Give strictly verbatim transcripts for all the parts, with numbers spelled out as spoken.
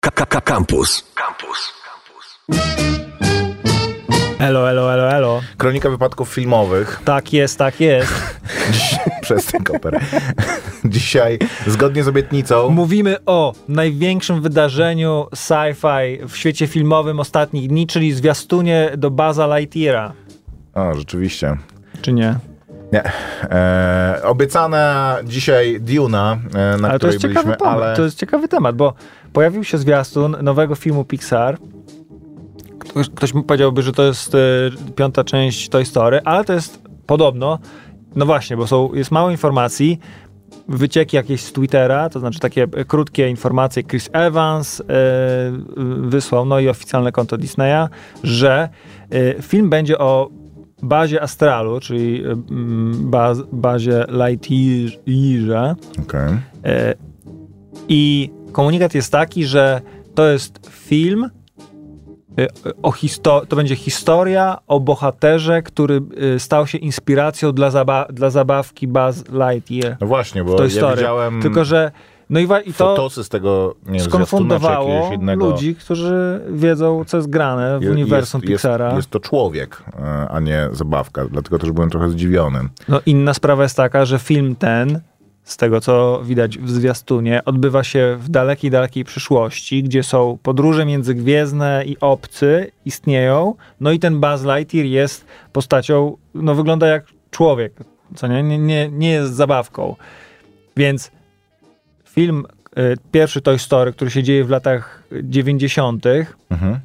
Campus. Campus. Elo, elo, elo, elo. Kronika wypadków filmowych. Tak jest, tak jest. Dziś, przez ten koper. Dzisiaj, zgodnie z obietnicą... Mówimy o największym wydarzeniu sci-fi w świecie filmowym ostatnich dni, czyli zwiastunie do Buzza Lightyeara. O, rzeczywiście. Czy nie? Nie. E, obiecana dzisiaj Duna, e, na ale której to jest byliśmy, temat, ale... To jest ciekawy temat, bo pojawił się zwiastun nowego filmu Pixar. Ktoś, ktoś powiedziałby, że to jest y, piąta część Toy Story, ale to jest podobno, no właśnie, bo są, jest mało informacji, wycieki jakieś z Twittera, to znaczy takie krótkie informacje Chris Evans y, wysłał, no i oficjalne konto Disneya, że y, film będzie o bazie Astralu, czyli y, baz, bazie Lightyearze. Okay. Y, I komunikat jest taki, że to jest film O histo- to będzie historia o bohaterze, który y, stał się inspiracją dla, zaba- dla zabawki Buzz Lightyear. No właśnie, bo to ja widziałem Tylko, że no i, wa- i to fotosy z tego, nie wiem, skonfundowało innego... ludzi, którzy wiedzą, co jest grane w jest, uniwersum jest, Pixara. Jest, jest to człowiek, a nie zabawka, dlatego też byłem trochę zdziwiony. No inna sprawa jest taka, że film ten, z tego co widać w zwiastunie, odbywa się w dalekiej, dalekiej przyszłości, gdzie są podróże międzygwiezdne i obcy istnieją, no i ten Buzz Lightyear jest postacią, no wygląda jak człowiek, co nie? Nie, nie, nie jest zabawką. Więc film, y, pierwszy Toy Story, który się dzieje w latach dziewięćdziesiątych, Mhm.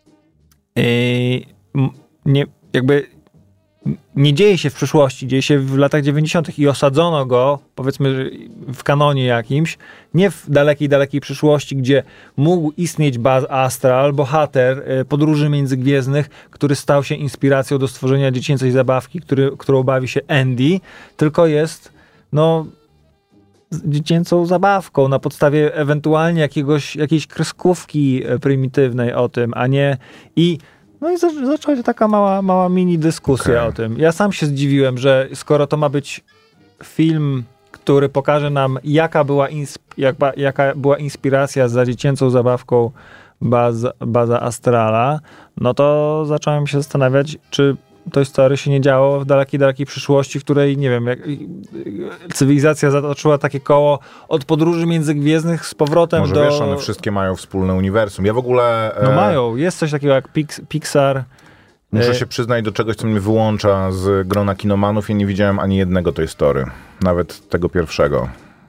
y, nie, jakby nie dzieje się w przyszłości, dzieje się w latach dziewięćdziesiątych i osadzono go, powiedzmy, w kanonie jakimś, nie w dalekiej, dalekiej przyszłości, gdzie mógł istnieć Buzz Astral, bohater podróży międzygwiezdnych, który stał się inspiracją do stworzenia dziecięcej zabawki, który, którą bawi się Andy, tylko jest, no, dziecięcą zabawką na podstawie ewentualnie jakiegoś, jakiejś kreskówki prymitywnej o tym, a nie... i No i zaczęła się taka mała, mała mini dyskusja okay. o tym. Ja sam się zdziwiłem, że skoro to ma być film, który pokaże nam, jaka była, insp- jak, jaka była inspiracja za dziecięcą zabawką Buzz, Buzza Astrala, no to zacząłem się zastanawiać, czy Toy Story się nie działo w dalekiej, dalekiej przyszłości, w której, nie wiem, jak cywilizacja zatoczyła takie koło od podróży międzygwiezdnych z powrotem Może do... wiesz, one wszystkie mają wspólne uniwersum. Ja w ogóle... No e... mają. Jest coś takiego jak Pix- Pixar. Muszę się przyznać do czegoś, co mnie wyłącza z grona kinomanów. Ja nie widziałem ani jednego Toy Story. Nawet tego pierwszego.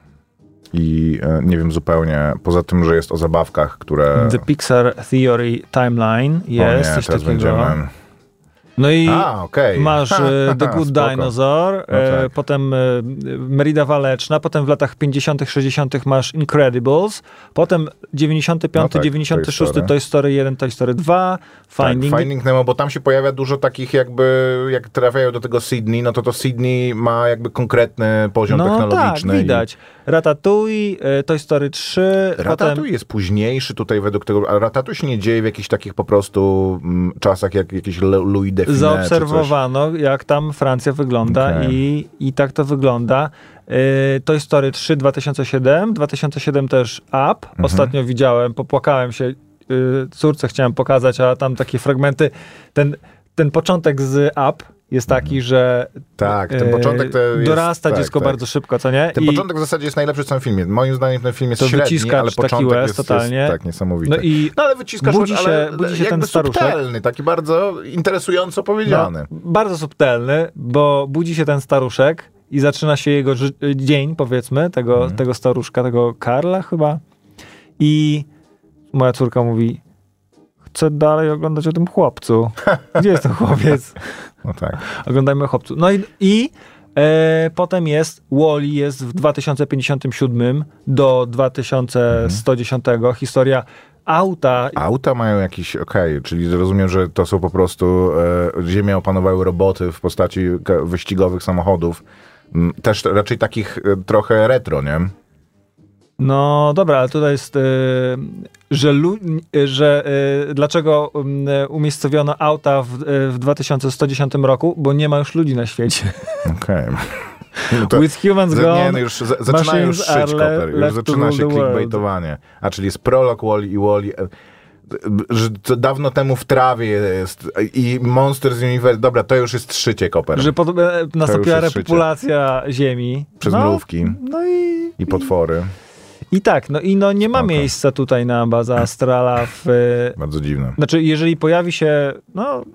I e, nie wiem zupełnie, poza tym, że jest o zabawkach, które... The Pixar Theory Timeline jest o nie, coś teraz takiego. Będziemy... No i A, okay. masz e, The Good Spoko. Dinosaur, no tak. e, potem e, Merida Waleczna, potem w latach pięćdziesiątych, sześćdziesiątych masz Incredibles, potem dziewięćdziesiąty piąty, no tak, dziewięćdziesiąty szósty Toy Story. Toy Story jeden, Toy Story dwa, Finding... Tak, Finding Nemo, bo tam się pojawia dużo takich jakby, jak trafiają do tego Sydney, no to to Sydney ma jakby konkretny poziom no technologiczny. Tak, widać. I... Ratatouille, Toy Story trzy... Ratatouille potem... jest późniejszy tutaj według tego, a Ratatouille się nie dzieje w jakichś takich po prostu mm, czasach jak jakiś Louis Define. Zaobserwowano, jak tam Francja wygląda okay. i, i tak to wygląda. Yy, Toy Story trzy, dwa tysiące siedem, dwa tysiące siedem też Up. Mhm. Ostatnio widziałem, popłakałem się, yy, córce chciałem pokazać, a tam takie fragmenty, ten, ten początek z Up jest taki, że tak, ten początek to jest, dorasta tak, dziecko tak. bardzo szybko, co nie? Ten I początek w zasadzie jest najlepszy w całym filmie. Moim zdaniem ten film jest to średni, ale początek taki jest, totalnie. jest tak niesamowity. No, i no ale wyciskasz budzi łez, się, ale budzi się ten staruszek. subtelny, taki bardzo interesująco powiedziany. No, bardzo subtelny, bo budzi się ten staruszek i zaczyna się jego ży- dzień, powiedzmy, tego, hmm. tego staruszka, tego Karla chyba. I moja córka mówi: chcę dalej oglądać o tym chłopcu. Gdzie jest ten chłopiec? No tak. Oglądajmy o chłopcu. No i, i e, potem jest Wall-E, jest w dwa tysiące pięćdziesiątym siódmym do dwa tysiące sto dziesiątego. Hmm. Historia auta. Auta mają jakiś, okej, okay, czyli rozumiem, że to są po prostu, e, ziemię opanowały roboty w postaci wyścigowych samochodów. Też raczej takich e, trochę retro, nie? No dobra, ale tutaj jest, y, że, lu, y, że y, dlaczego y, umiejscowiono auta w, y, w dwa tysiące sto dziesiątym roku, bo nie ma już ludzi na świecie. Okej. Okay. No to, With humans za, gone, nie, no już za, zaczyna już szyć are Koper, już left to zaczyna rule się the world. clickbaitowanie. A czyli jest prolog Wall-E i Wall-E, że to dawno temu w trawie jest i Monsters Universe, dobra, to już jest szycie Koper. Że pod, e, nastąpiła jest repopulacja Ziemi. Przez no, mrówki. No i... I potwory. I tak, no i no nie ma Spoko. miejsca tutaj na bazę Astrala w... Bardzo dziwne. Znaczy, jeżeli pojawi się, no...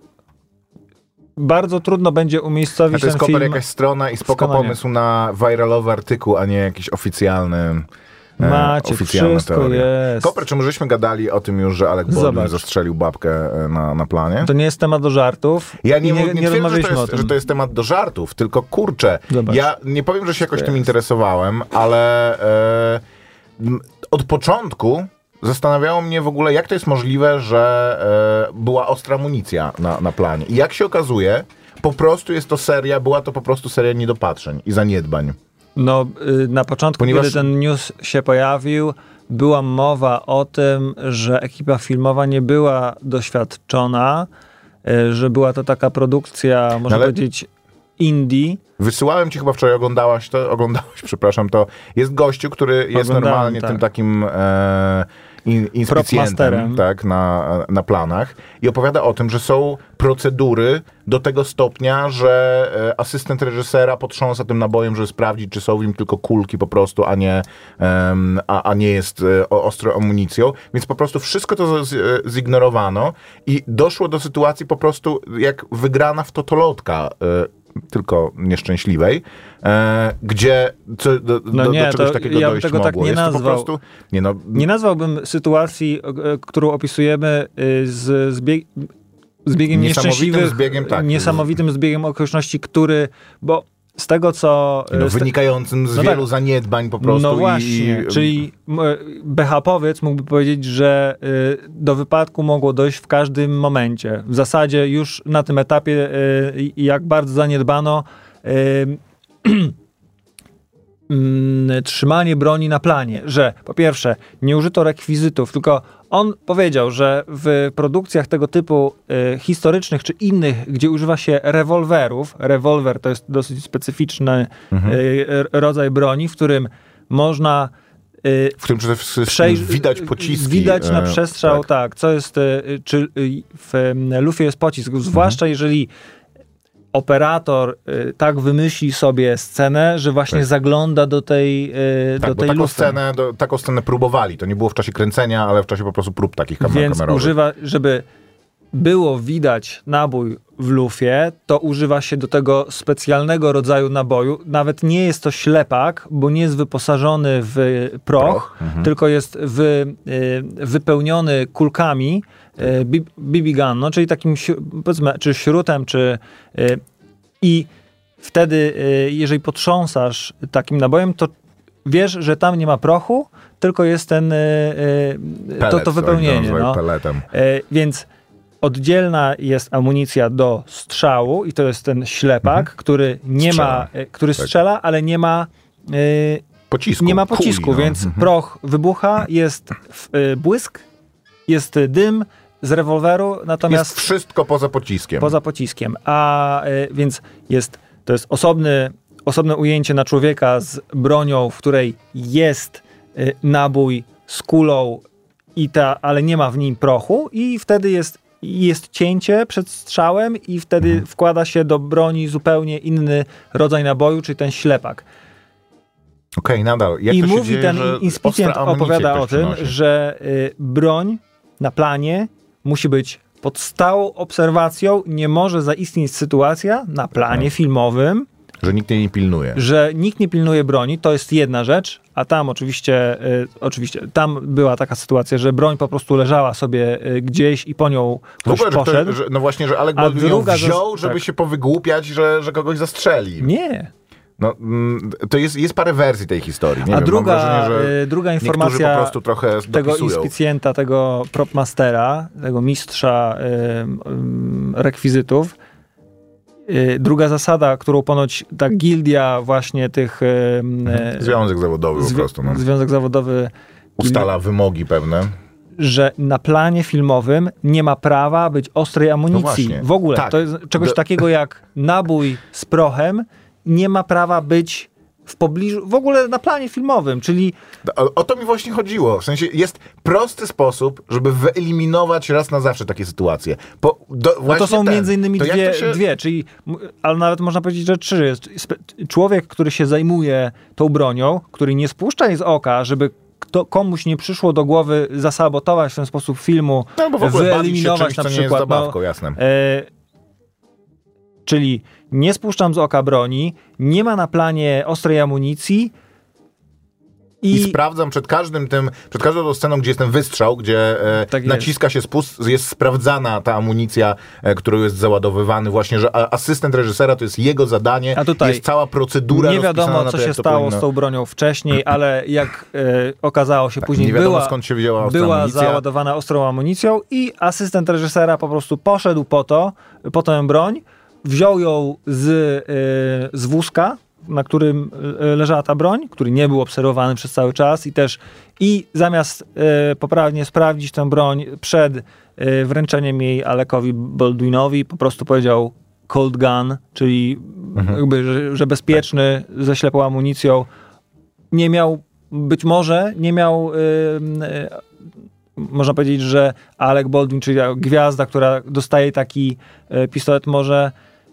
Bardzo trudno będzie umiejscowić A to jest ten Koper film. jakaś strona i spoko kanonie. pomysł na viralowy artykuł, a nie jakiś oficjalny. Macie, oficjalna wszystko teoria. jest. Koper, czy my żeśmy gadali o tym już, że Alec Baldwin Zobacz. zastrzelił babkę e, na, na planie? To nie jest temat do żartów. Ja nie, I nie, nie, nie twierdzę, że rozmawialiśmy to, o jest, tym. że to jest temat do żartów, tylko kurczę, Zobacz. ja nie powiem, że się jakoś To tym jest. interesowałem, ale e, m, od początku zastanawiało mnie w ogóle, jak to jest możliwe, że e, była ostra amunicja na, na planie. I jak się okazuje, po prostu jest to seria, była to po prostu seria niedopatrzeń i zaniedbań. No, y, na początku, Ponieważ- kiedy ten news się pojawił, była mowa o tym, że ekipa filmowa nie była doświadczona, y, że była to taka produkcja, można Ale- powiedzieć, indie. Wysyłałem ci chyba wczoraj, oglądałaś to, oglądałeś, przepraszam, to jest gościu, który jest Oglądałem, normalnie tak. tym takim e, in, inspicjentem, Propmasterem. tak, na, na planach i opowiada o tym, że są procedury do tego stopnia, że e, asystent reżysera potrząsa tym nabojem, żeby sprawdzić, czy są w nim tylko kulki po prostu, a nie, em, a, a nie jest e, o- ostrą amunicją, więc po prostu wszystko to z, e, zignorowano i doszło do sytuacji po prostu jak wygrana w totolotka, e, tylko nieszczęśliwej, e, gdzie co, do, No do, nie, do czegoś to takiego ja bym dojść tego tak mogło. nie Jest to po nazwał. prostu, nie no, Nie nazwałbym sytuacji, o- o- którą opisujemy y, z, z, bieg, z biegiem Niesamowitym nieszczęśliwych, zbiegiem, tak. niesamowitym zbiegiem okoliczności, który, bo z tego co... no, y, z te- wynikającym z No wielu tak. zaniedbań po prostu. No i, właśnie, i, czyli m, behapowiec mógłby powiedzieć, że y, do wypadku mogło dojść w każdym momencie. W zasadzie już na tym etapie, y, jak bardzo zaniedbano y, mm, trzymanie broni na planie, że po pierwsze nie użyto rekwizytów, tylko on powiedział, że w produkcjach tego typu y, historycznych czy innych, gdzie używa się rewolwerów, rewolwer to jest dosyć specyficzny y, r- rodzaj broni, w którym można y, w którym przede wszystkim przejść- widać pociski. widać na e, przestrzał, tak. tak, co jest, y, czy y, w y, lufie jest pocisk, zwłaszcza jeżeli operator y, tak wymyśli sobie scenę, że właśnie Tak. zagląda do tej, y, Tak, do bo tej taką lufy. scenę, do, taką scenę próbowali. To nie było w czasie kręcenia, ale w czasie po prostu prób takich kamer Więc kamerowych. używa, żeby było widać nabój w lufie, to używa się do tego specjalnego rodzaju naboju. Nawet nie jest to ślepak, bo nie jest wyposażony w proch, Proch, mhm. tylko jest wy, y, wypełniony kulkami y, B B gun, no, czyli takim śru- powiedzmy, czy śrutem, czy y, i wtedy, y, jeżeli potrząsasz takim nabojem, to wiesz, że tam nie ma prochu, tylko jest ten y, y, to, Pellet, to oni wypełnienie. nazywają No. Pelletem. E, więc oddzielna jest amunicja do strzału i to jest ten ślepak, Mhm. który nie Strzela. ma, e, który Tak. strzela, ale nie ma e, Pocisku. nie ma kuli, pocisku, no. więc Mhm. proch wybucha, jest w, e, błysk, jest dym z rewolweru, natomiast Jest wszystko poza pociskiem. poza pociskiem. A e, więc jest, to jest osobny, osobne ujęcie na człowieka z bronią, w której jest e, nabój z kulą, i ta, ale nie ma w nim prochu i wtedy jest, jest cięcie przed strzałem i wtedy Mhm. wkłada się do broni zupełnie inny rodzaj naboju, czyli ten ślepak. Okej, nadal. Jak I to się mówi dzieje, ten że inspicjent, ostra amunicja opowiada ktoś o tym, przynosi? że y, broń na planie musi być pod stałą obserwacją, nie może zaistnieć sytuacja na planie Tak. filmowym, Że nikt jej nie pilnuje. że nikt nie pilnuje broni, to jest jedna rzecz, a tam oczywiście, y, oczywiście tam była taka sytuacja, że broń po prostu leżała sobie y, gdzieś i po nią W ktoś ogóle, że poszedł. ktoś, że, no właśnie, że Alec A Baldwin ją druga wziął, zas- żeby tak. się powygłupiać, że, że kogoś zastrzeli. Nie. No, mm, to jest, jest parę wersji tej historii. Nie A wiem, druga, mam wrażenie, że y, druga niektórzy informacja po prostu trochę tego dopisują. inspicjenta, tego propmastera, tego mistrza y, y, rekwizytów. Y, druga zasada, którą ponoć ta gildia właśnie tych... Y, y, Związek zawodowy po zwi- prostu. No. Związek zawodowy Ustala wymogi pewne. że na planie filmowym nie ma prawa być ostrej amunicji. No właśnie. W ogóle. Tak. To jest czegoś Do- takiego jak nabój z prochem nie ma prawa być w pobliżu, w ogóle na planie filmowym, czyli... O, o to mi właśnie chodziło. W sensie jest prosty sposób, żeby wyeliminować raz na zawsze takie sytuacje. Po, do, no to są ten, między innymi to dwie, się... dwie, czyli, ale nawet można powiedzieć, że trzy. Człowiek, który się zajmuje tą bronią, który nie spuszcza jej z oka, żeby kto, komuś nie przyszło do głowy zasabotować w ten sposób filmu, no, bo w ogóle wyeliminować bawić się czymś, na co przykład... nie jest zabawką, no, jasne. E, czyli nie spuszczam z oka broni, nie ma na planie ostrej amunicji, I... I sprawdzam przed każdym tym, przed każdą tą sceną, gdzie jest ten wystrzał, gdzie e, tak naciska jest. się spust, jest sprawdzana ta amunicja, e, którą jest załadowywany, właśnie, że a, asystent reżysera to jest jego zadanie, a tutaj jest cała procedura nie wiadomo, na co to, się jak to stało powinno... z tą bronią wcześniej, ale jak e, okazało się tak, później, nie wiadomo, była, skąd się wzięła ostra była amunicja. załadowana ostrą amunicją i asystent reżysera po prostu poszedł po to, po tę broń, wziął ją z, e, z wózka, na którym leżała ta broń, który nie był obserwowany przez cały czas i też i zamiast e, poprawnie sprawdzić tę broń przed e, wręczeniem jej Alekowi Baldwinowi, po prostu powiedział cold gun, czyli mhm. jakby, że, że bezpieczny, tak. ze ślepą amunicją. Nie miał, być może nie miał e, e, można powiedzieć, że Alec Baldwin, czyli gwiazda, która dostaje taki e, pistolet, może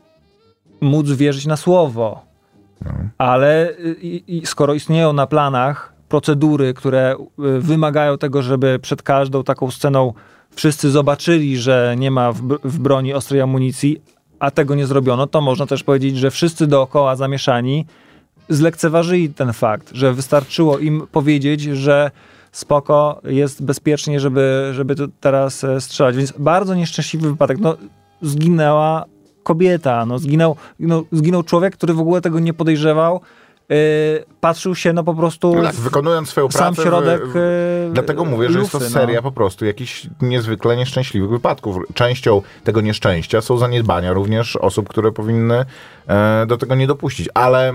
móc wierzyć na słowo. No. Ale i, i skoro istnieją na planach procedury, które wymagają tego, żeby przed każdą taką sceną wszyscy zobaczyli, że nie ma w, w broni ostrej amunicji, a tego nie zrobiono, to można też powiedzieć, że wszyscy dookoła zamieszani zlekceważyli ten fakt, że wystarczyło im powiedzieć, że spoko, jest bezpiecznie, żeby, żeby to teraz strzelać. Więc bardzo nieszczęśliwy wypadek. No, zginęła kobieta, no, zginął, no, zginął człowiek, który w ogóle tego nie podejrzewał. Yy, patrzył się no po prostu no tak, wykonując swoją sam pracę. środek W, dlatego mówię, że lufy, jest to seria no. po prostu jakichś niezwykle nieszczęśliwych wypadków. Częścią tego nieszczęścia są zaniedbania również osób, które powinny e, do tego nie dopuścić. Ale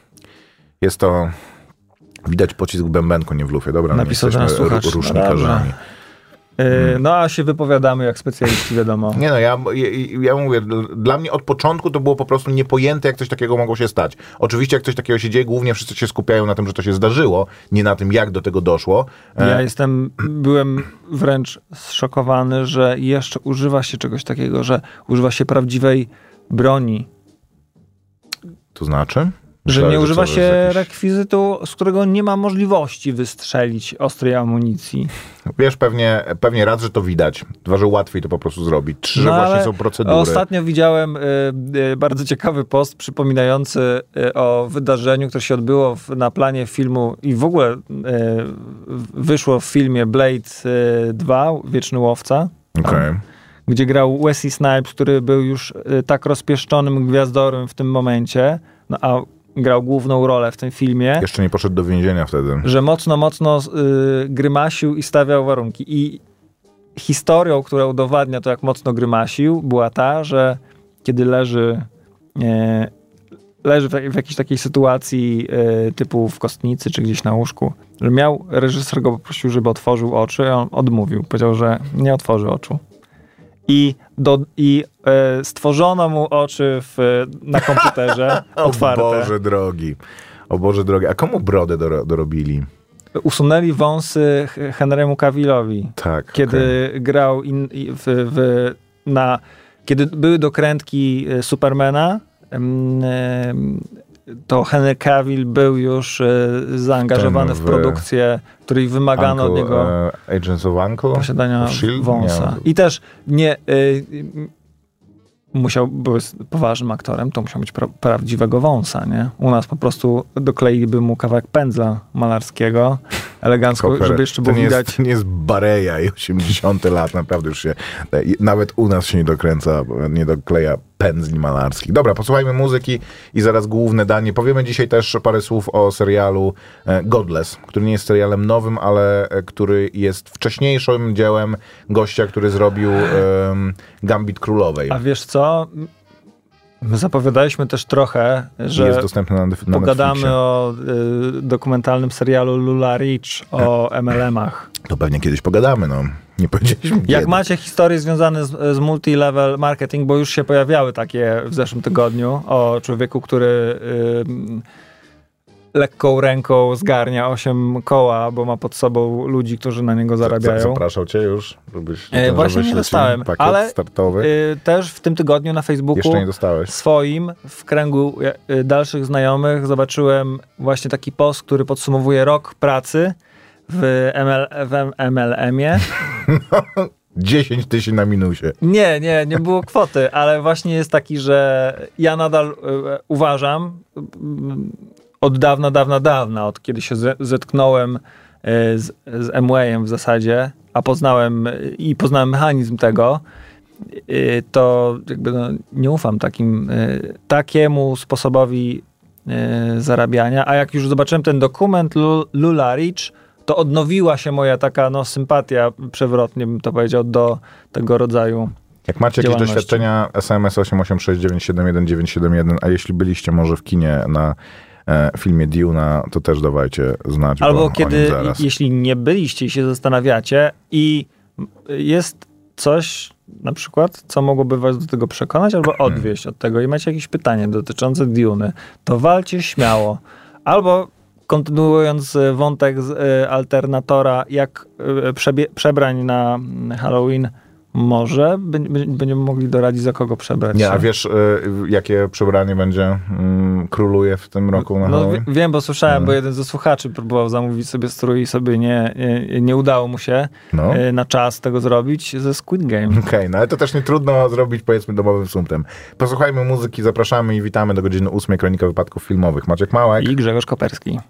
jest to... Widać pocisk w bębenku, nie w lufie. Dobra, napisał no, jesteśmy r- rusznikarzami. Yy, no a się wypowiadamy jak specjaliści, wiadomo. Nie no, ja, ja, ja mówię, dla mnie od początku to było po prostu niepojęte, jak coś takiego mogło się stać. Oczywiście jak coś takiego się dzieje, głównie wszyscy się skupiają na tym, że to się zdarzyło, nie na tym, jak do tego doszło. Ja jestem, byłem wręcz zszokowany, że jeszcze używa się czegoś takiego, że używa się prawdziwej broni. To znaczy? Że Myślałem, nie używa że się jakiś... rekwizytu, z którego nie ma możliwości wystrzelić ostrej amunicji. Wiesz, pewnie, pewnie raz, że to widać. Dwa, że łatwiej to po prostu zrobić. Trzy, że no, właśnie są procedury. Ostatnio widziałem y, y, bardzo ciekawy post przypominający y, o wydarzeniu, które się odbyło w, na planie filmu i w ogóle y, wyszło w filmie Blade dwa, Wieczny Łowca. Okay. Gdzie grał Wesley Snipes, który był już y, tak rozpieszczonym gwiazdorem w tym momencie, no a grał główną rolę w tym filmie. Jeszcze nie poszedł do więzienia wtedy. Że mocno, mocno y, grymasił i stawiał warunki. I historią, która udowadnia to, jak mocno grymasił, była ta, że kiedy leży, e, leży w, w jakiejś takiej sytuacji e, typu w kostnicy, czy gdzieś na łóżku, że miał, reżyser go poprosił, żeby otworzył oczy, a on odmówił. Powiedział, że nie otworzy oczu. I, do, i e, stworzono mu oczy w, na komputerze otwarte. O Boże drogi. O Boże drogi. A komu brodę do, dorobili? Usunęli wąsy Henry'emu Cavillowi. Tak. Kiedy okay. grał in, w, w, na... Kiedy były dokrętki Supermana, to Henry Cavill był już zaangażowany w, w produkcję, której wymagano Uncle, od niego uh, Agents of Uncle? posiadania of Shield? wąsa. Nie. I też nie... Y, musiał, był poważnym aktorem, to musiał być pra- prawdziwego wąsa, nie? U nas po prostu dokleiliby mu kawałek pędzla malarskiego, elegancko, Koper, żeby jeszcze było to nie widać. Jest, to nie jest Bareja i osiemdziesiąte lat, naprawdę już się, nawet u nas się nie dokręca, nie dokleja pędzli malarskich. Dobra, posłuchajmy muzyki i zaraz główne danie. Powiemy dzisiaj też parę słów o serialu Godless, który nie jest serialem nowym, ale który jest wcześniejszym dziełem gościa, który zrobił um, Gambit Królowej. A wiesz co? My zapowiadaliśmy też trochę, że jest dostępny na, na pogadamy Netflixie. o y, dokumentalnym serialu Lula Rich o M L M-ach. To pewnie kiedyś pogadamy, no. Nie powiedzieliśmy Jak kiedy. macie historie związane z, z multi-level marketing, bo już się pojawiały takie w zeszłym tygodniu o człowieku, który y, lekką ręką zgarnia osiem koła, bo ma pod sobą ludzi, którzy na niego zarabiają. Zapraszał cię już, żebyś... E, właśnie nie dostałem, pakiet ale startowy. y, też w tym tygodniu na Facebooku Jeszcze nie dostałeś. swoim, w kręgu y, dalszych znajomych zobaczyłem właśnie taki post, który podsumowuje rok pracy w, M L, w M L M-ie. dziesięć tysięcy na minusie. Nie, nie, nie było kwoty, ale właśnie jest taki, że ja nadal y, uważam y, od dawna, dawna, dawna, od kiedy się z, zetknąłem y, z, z M-Wayem w zasadzie, a poznałem y, i poznałem mechanizm tego, y, to jakby no, nie ufam takim, y, takiemu sposobowi y, zarabiania, a jak już zobaczyłem ten dokument L- Lula Rich, to odnowiła się moja taka no, sympatia, przewrotnie bym to powiedział, do tego rodzaju Jak macie jakieś działalności. doświadczenia, S M S osiem osiem sześć dziewięć siedem jeden dziewięć siedem jeden, a jeśli byliście może w kinie na e, filmie Duna, to też dawajcie znać. Albo bo kiedy, o nim zaraz. jeśli nie byliście i się zastanawiacie i jest coś na przykład, co mogłoby was do tego przekonać albo odwieść od tego i macie jakieś pytanie dotyczące Duny, to walcie śmiało. Albo kontynuując wątek z y, Alternatora, jak y, przebie- przebrań na Halloween, może by, by, będziemy mogli doradzić, za kogo przebrać Nie, się. a wiesz, y, jakie przebranie będzie mm, króluje w tym roku na No Halloween? wie- wiem, bo słyszałem, Mhm. bo jeden ze słuchaczy próbował zamówić sobie strój i sobie nie, nie, nie udało mu się No. y, na czas tego zrobić ze Squid Game. Okej, okay, no ale to też nie trudno zrobić, powiedzmy, domowym sumptem. Posłuchajmy muzyki, zapraszamy i witamy do godziny ósmej Kronika Wypadków Filmowych. Maciek Małek. I Grzegorz Koperski.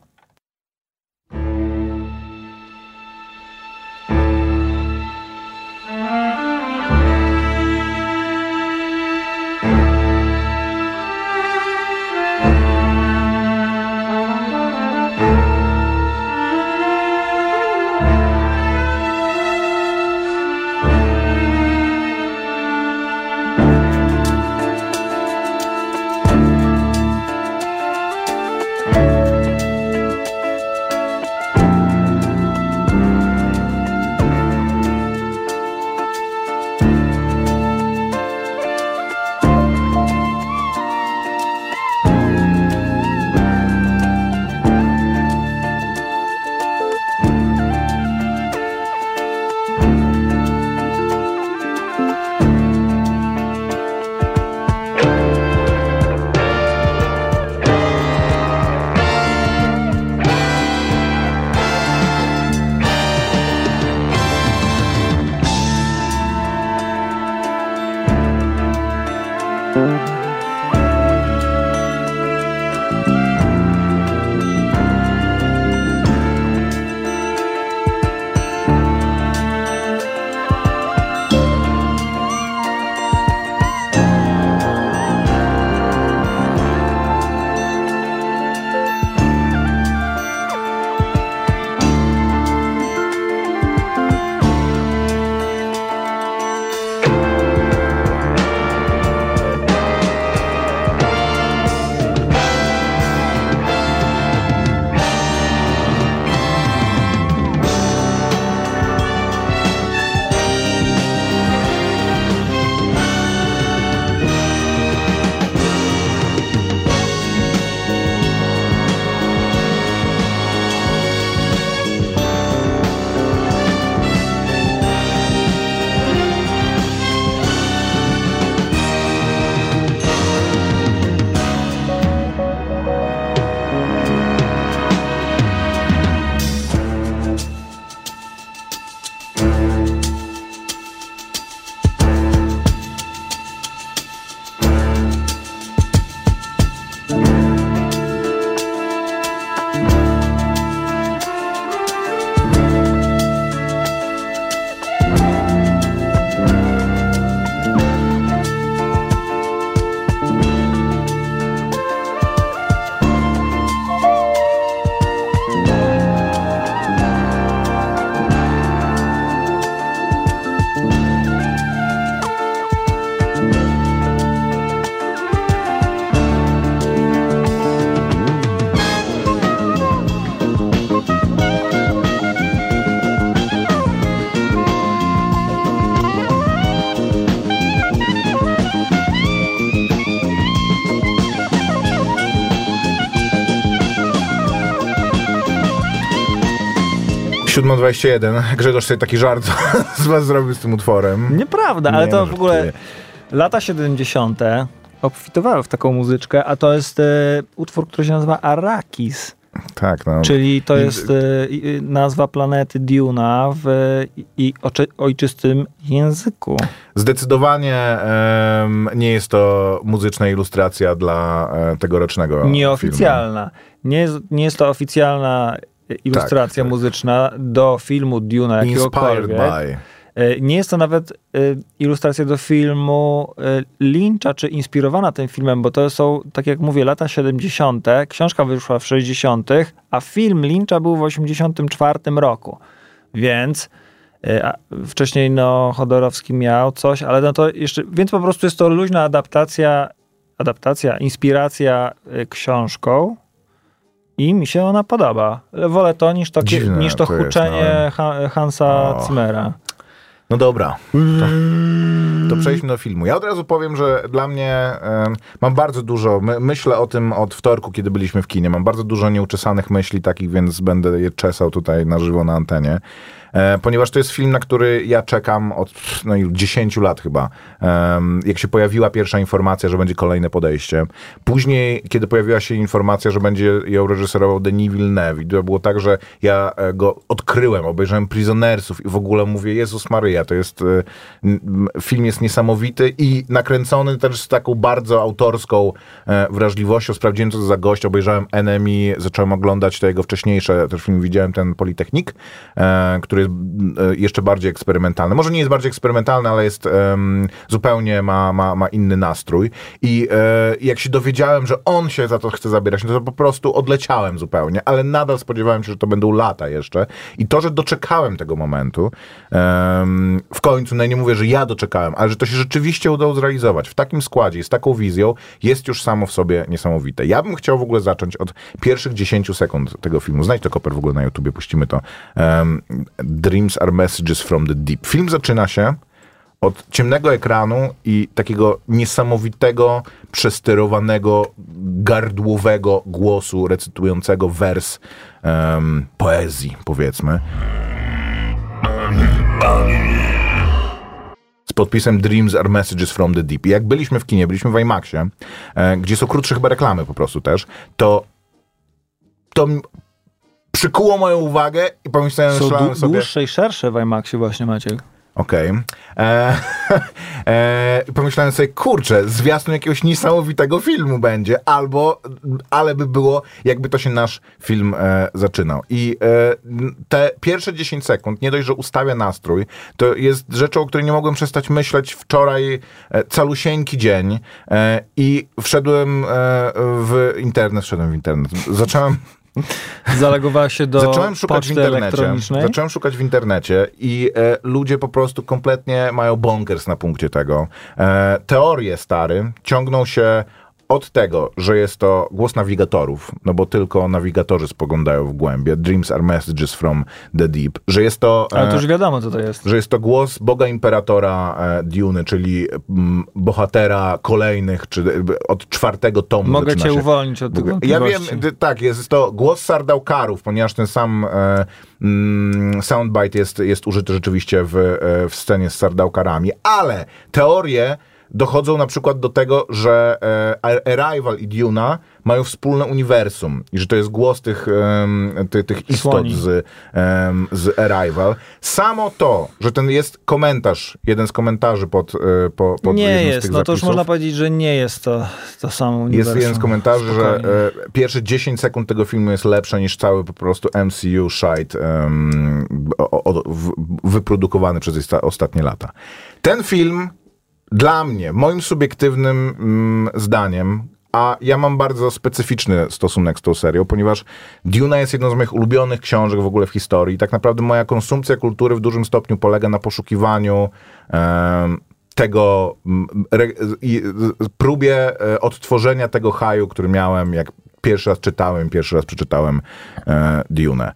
siódma dwadzieścia jeden. Grzegorz sobie taki żart z was zrobił z tym utworem. Nieprawda, ale Nie, to no, w ogóle żartuję. lata siedemdziesiąte obfitowały w taką muzyczkę, a to jest e, utwór, który się nazywa Arrakis. Tak, no. Czyli to I- jest e, i- nazwa planety Duna w i, i oczy, ojczystym języku. Zdecydowanie em, nie jest to muzyczna ilustracja dla e, tegorocznego Nieoficjalna. Nie jest, nie jest to oficjalna ilustracja tak. muzyczna do filmu Duna filmu. Inspired jakiegokolwiek. by. E, Nie jest to nawet e, ilustracja do filmu e, Lyncha, czy inspirowana tym filmem, bo to są, tak jak mówię, lata siedemdziesiąte. Książka wyszła w sześćdziesiątych, a film Lyncha był w osiemdziesiątym czwartym roku. Więc e, a wcześniej no, Chodorowski miał coś, ale no to jeszcze, więc po prostu jest to luźna adaptacja, adaptacja, inspiracja e, książką. I mi się ona podoba. Wolę to niż to, Dziwne niż to to jest, huczenie no. Ha- Hansa O. Zimmera. No dobra, to, to przejdźmy do filmu. Ja od razu powiem, że dla mnie em, mam bardzo dużo, my, myślę o tym od wtorku, kiedy byliśmy w kinie, mam bardzo dużo nieuczesanych myśli takich, więc będę je czesał tutaj na żywo na antenie. E, ponieważ to jest film, na który ja czekam od no, dziesięciu lat chyba. Em, jak się pojawiła pierwsza informacja, że będzie kolejne podejście. Później, kiedy pojawiła się informacja, że będzie ją reżyserował Denis Villeneuve. I to było tak, że ja e, go odkryłem, obejrzałem Prisonersów i w ogóle mówię, Jezus Maryja, to jest, e, m, film jest niesamowity i nakręcony też z taką bardzo autorską e, wrażliwością. Sprawdziłem, co to za gość, obejrzałem Enemy, zacząłem oglądać te jego wcześniejsze też film, widziałem ten Politechnik, e, który jest e, jeszcze bardziej eksperymentalny. Może nie jest bardziej eksperymentalny, ale jest em, zupełnie ma, ma, ma inny nastrój. I e, jak się dowiedziałem, że on się za to chce zabierać, no to po prostu odleciałem zupełnie, ale nadal spodziewałem się, że to będą lata jeszcze. I to, że doczekałem tego momentu, em, w końcu, no ja nie mówię, że ja doczekałem, ale że to się rzeczywiście udało zrealizować w takim składzie, z taką wizją, jest już samo w sobie niesamowite. Ja bym chciał w ogóle zacząć od pierwszych dziesięciu sekund tego filmu. Znajdź to, Koper, w ogóle na YouTubie, puścimy to. Um, Dreams are messages from the deep. Film zaczyna się od ciemnego ekranu i takiego niesamowitego, przesterowanego, gardłowego głosu recytującego wers um, poezji, powiedzmy. Z podpisem Dreams are messages from the deep. I jak byliśmy w kinie, byliśmy w IMAXie, e, gdzie są krótsze chyba reklamy po prostu też, to to m- przykuło moją uwagę i pomyślałem Są myślałem dłu- sobie... dłuższe i szersze w IMAXie właśnie, Maciek. Okej. Okay. E, I pomyślałem sobie, kurczę, zwiastun jakiegoś niesamowitego filmu będzie, albo, ale by było, jakby to się nasz film e, zaczynał. I e, te pierwsze dziesięć sekund, nie dość, że ustawia nastrój, to jest rzeczą, o której nie mogłem przestać myśleć wczoraj, e, calusieńki dzień e, i wszedłem e, w internet, wszedłem w internet, zacząłem... Zalegowała się do Zacząłem szukać w poczty internecie. elektronicznej. Zacząłem szukać w internecie i e, ludzie po prostu kompletnie mają bonkers na punkcie tego. E, teorie, stary, ciągną się od tego, że jest to głos nawigatorów, no bo tylko nawigatorzy spoglądają w głębie. Dreams are messages from the deep. Że jest to... Ale to e, już wiadomo, co to jest. że jest to głos Boga Imperatora e, Duny, czyli m, bohatera kolejnych, czy e, od czwartego tomu Mogę zaczyna cię się. uwolnić od tych Ja wątpliwości. wiem, d- tak, jest to głos Sardaukarów, ponieważ ten sam e, mm, soundbite jest, jest użyty rzeczywiście w, e, w scenie z Sardaukarami, ale teorie dochodzą na przykład do tego, że e, Arrival i Duna mają wspólne uniwersum i że to jest głos tych, em, ty, tych istot Słoni. z, em, z Arrival. Samo to, że ten jest komentarz, jeden z komentarzy pod, e, po, pod Nie jednym z jest, tych no to już zapisów. można powiedzieć, że nie jest to to samo Jest uniwersum. jeden z komentarzy, Spokojnie. że e, pierwsze dziesięć sekund tego filmu jest lepsze niż cały po prostu M C U shite um, o, o, w, wyprodukowany przez osta- ostatnie lata. Ten film dla mnie, moim subiektywnym mm, zdaniem, a ja mam bardzo specyficzny stosunek z tą serią, ponieważ Duna jest jedną z moich ulubionych książek w ogóle w historii i tak naprawdę moja konsumpcja kultury w dużym stopniu polega na poszukiwaniu em, tego re, i próbie e, odtworzenia tego haju, który miałem, jak pierwszy raz czytałem, pierwszy raz przeczytałem e, Dunę.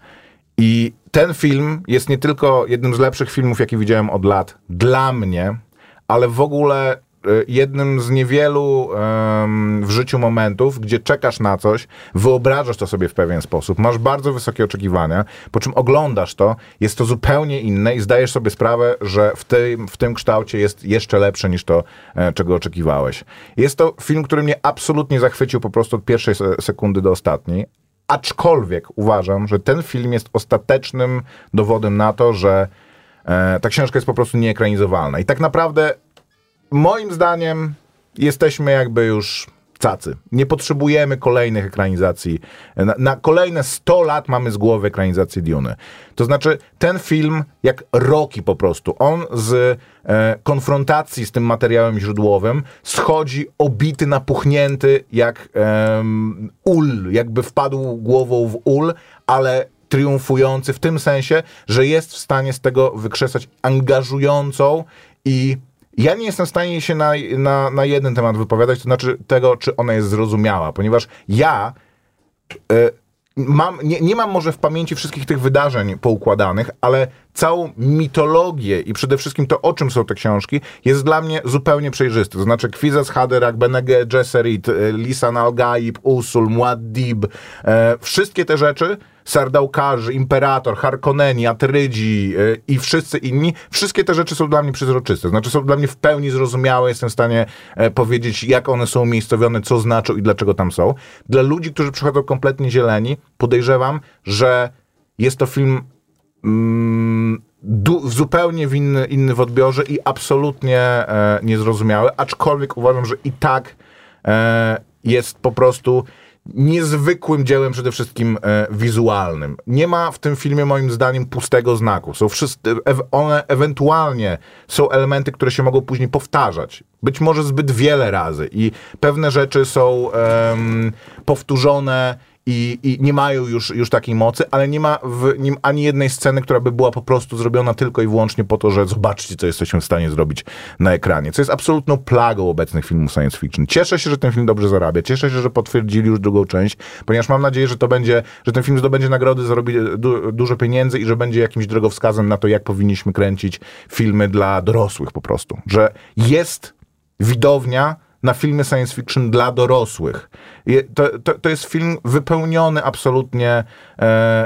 I ten film jest nie tylko jednym z lepszych filmów, jaki widziałem od lat, dla mnie, ale w ogóle jednym z niewielu um, w życiu momentów, gdzie czekasz na coś, wyobrażasz to sobie w pewien sposób, masz bardzo wysokie oczekiwania, po czym oglądasz to, jest to zupełnie inne i zdajesz sobie sprawę, że w tym, w tym kształcie jest jeszcze lepsze niż to, e, czego oczekiwałeś. Jest to film, który mnie absolutnie zachwycił po prostu od pierwszej sekundy do ostatniej, aczkolwiek uważam, że ten film jest ostatecznym dowodem na to, że e, ta książka jest po prostu nieekranizowalna. I tak naprawdę moim zdaniem jesteśmy jakby już cacy. Nie potrzebujemy kolejnych ekranizacji. Na, na kolejne sto lat mamy z głowy ekranizację Duny. To znaczy ten film jak Rocky po prostu. On z e, konfrontacji z tym materiałem źródłowym schodzi obity, napuchnięty jak e, ul. Jakby wpadł głową w ul, ale triumfujący w tym sensie, że jest w stanie z tego wykrzesać angażującą i ja nie jestem w stanie się na, na, na jeden temat wypowiadać, to znaczy tego, czy ona jest zrozumiała, ponieważ ja y, mam, nie, nie mam może w pamięci wszystkich tych wydarzeń poukładanych, ale całą mitologię i przede wszystkim to, o czym są te książki, jest dla mnie zupełnie przejrzyste. To znaczy Kwisatz Haderach, Bene Gesserit, Lisan al-Gaib, Usul, Muad'Dib, e, wszystkie te rzeczy, Sardaukarzy, Imperator, Harkonneni, Atrydzi e, i wszyscy inni, wszystkie te rzeczy są dla mnie przezroczyste. Znaczy są dla mnie w pełni zrozumiałe, jestem w stanie e, powiedzieć, jak one są umiejscowione, co znaczą i dlaczego tam są. Dla ludzi, którzy przychodzą kompletnie zieleni, podejrzewam, że jest to film Du, zupełnie w inny, inny w odbiorze i absolutnie e, niezrozumiały, aczkolwiek uważam, że i tak e, jest po prostu niezwykłym dziełem przede wszystkim e, wizualnym. Nie ma w tym filmie moim zdaniem pustego znaku. Są wszyscy, e, one ewentualnie są elementy, które się mogą później powtarzać. Być może zbyt wiele razy i pewne rzeczy są e, powtórzone I, i nie mają już, już takiej mocy, ale nie ma w nim ani jednej sceny, która by była po prostu zrobiona tylko i wyłącznie po to, że zobaczcie, co jesteśmy w stanie zrobić na ekranie. Co jest absolutną plagą obecnych filmów science fiction. Cieszę się, że ten film dobrze zarabia. Cieszę się, że potwierdzili już drugą część, ponieważ mam nadzieję, że to będzie, że ten film zdobędzie nagrody, zarobi du dużo pieniędzy i że będzie jakimś drogowskazem na to, jak powinniśmy kręcić filmy dla dorosłych po prostu. Że jest widownia na filmy science fiction dla dorosłych. To, to, to jest film wypełniony absolutnie e,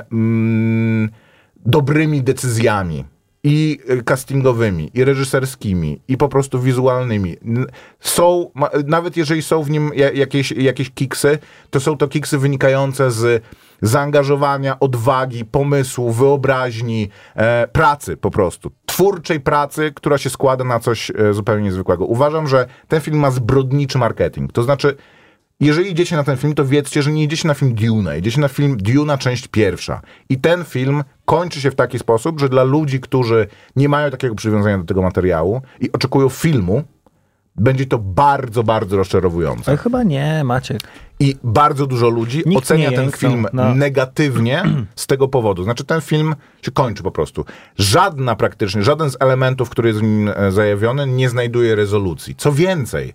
mm, dobrymi decyzjami i castingowymi, i reżyserskimi, i po prostu wizualnymi. Są, nawet jeżeli są w nim jakieś, jakieś kiksy, to są to kiksy wynikające z zaangażowania, odwagi, pomysłu, wyobraźni, e, pracy po prostu. Twórczej pracy, która się składa na coś e, zupełnie niezwykłego. Uważam, że ten film ma zbrodniczy marketing. To znaczy, jeżeli idziecie na ten film, to wiedzcie, że nie idziecie na film Dune, idziecie na film Duna część pierwsza. I ten film kończy się w taki sposób, że dla ludzi, którzy nie mają takiego przywiązania do tego materiału i oczekują filmu, będzie to bardzo, bardzo rozczarowujące. Ale chyba nie, Maciek. I bardzo dużo ludzi Nikt ocenia ten chcą, film no. negatywnie z tego powodu. Znaczy ten film się kończy po prostu. Żadna praktycznie, żaden z elementów, który jest w nim zajawiony, nie znajduje rezolucji. Co więcej,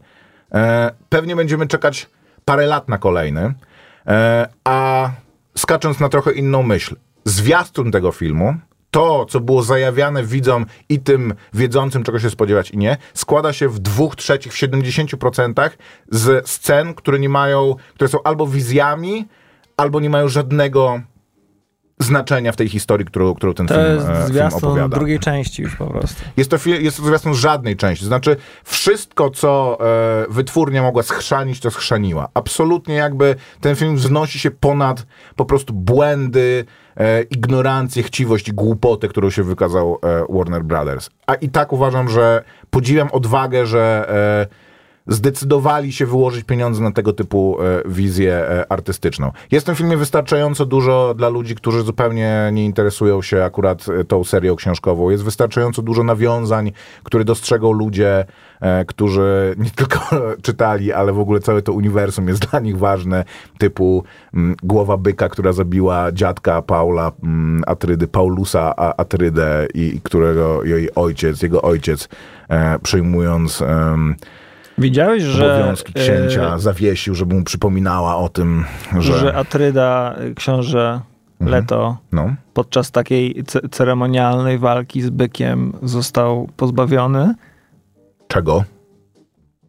e, pewnie będziemy czekać parę lat na kolejny, e, a skacząc na trochę inną myśl, zwiastun tego filmu, to, co było zajawiane widzom i tym wiedzącym, czego się spodziewać i nie, składa się w dwóch trzecich, w siedemdziesięciu procentach z scen, które nie mają, które są albo wizjami, albo nie mają żadnego znaczenia w tej historii, którą, którą ten to film, jest film zwiastun opowiada. drugiej części już po prostu. Jest to, jest to zwiastun żadnej części. To znaczy wszystko, co e, wytwórnia mogła schrzanić, to schrzaniła. Absolutnie jakby ten film wznosi się ponad po prostu błędy, e, ignorancję, chciwość i głupotę, którą się wykazał e, Warner Brothers. A i tak uważam, że podziwiam odwagę, że e, zdecydowali się wyłożyć pieniądze na tego typu e, wizję e, artystyczną. Jest w tym filmie wystarczająco dużo dla ludzi, którzy zupełnie nie interesują się akurat e, tą serią książkową. Jest wystarczająco dużo nawiązań, które dostrzegą ludzie, e, którzy nie tylko czytali, ale w ogóle całe to uniwersum jest dla nich ważne, typu m, głowa byka, która zabiła dziadka Paula m, Atrydy, Paulusa A, Atrydę i, i którego jej ojciec, jego ojciec e, przyjmując em, Widziałeś, że obowiązki księcia, zawiesił, żeby mu przypominała o tym, że... że Atryda, książę Leto, no. podczas takiej ce- ceremonialnej walki z bykiem został pozbawiony? Czego?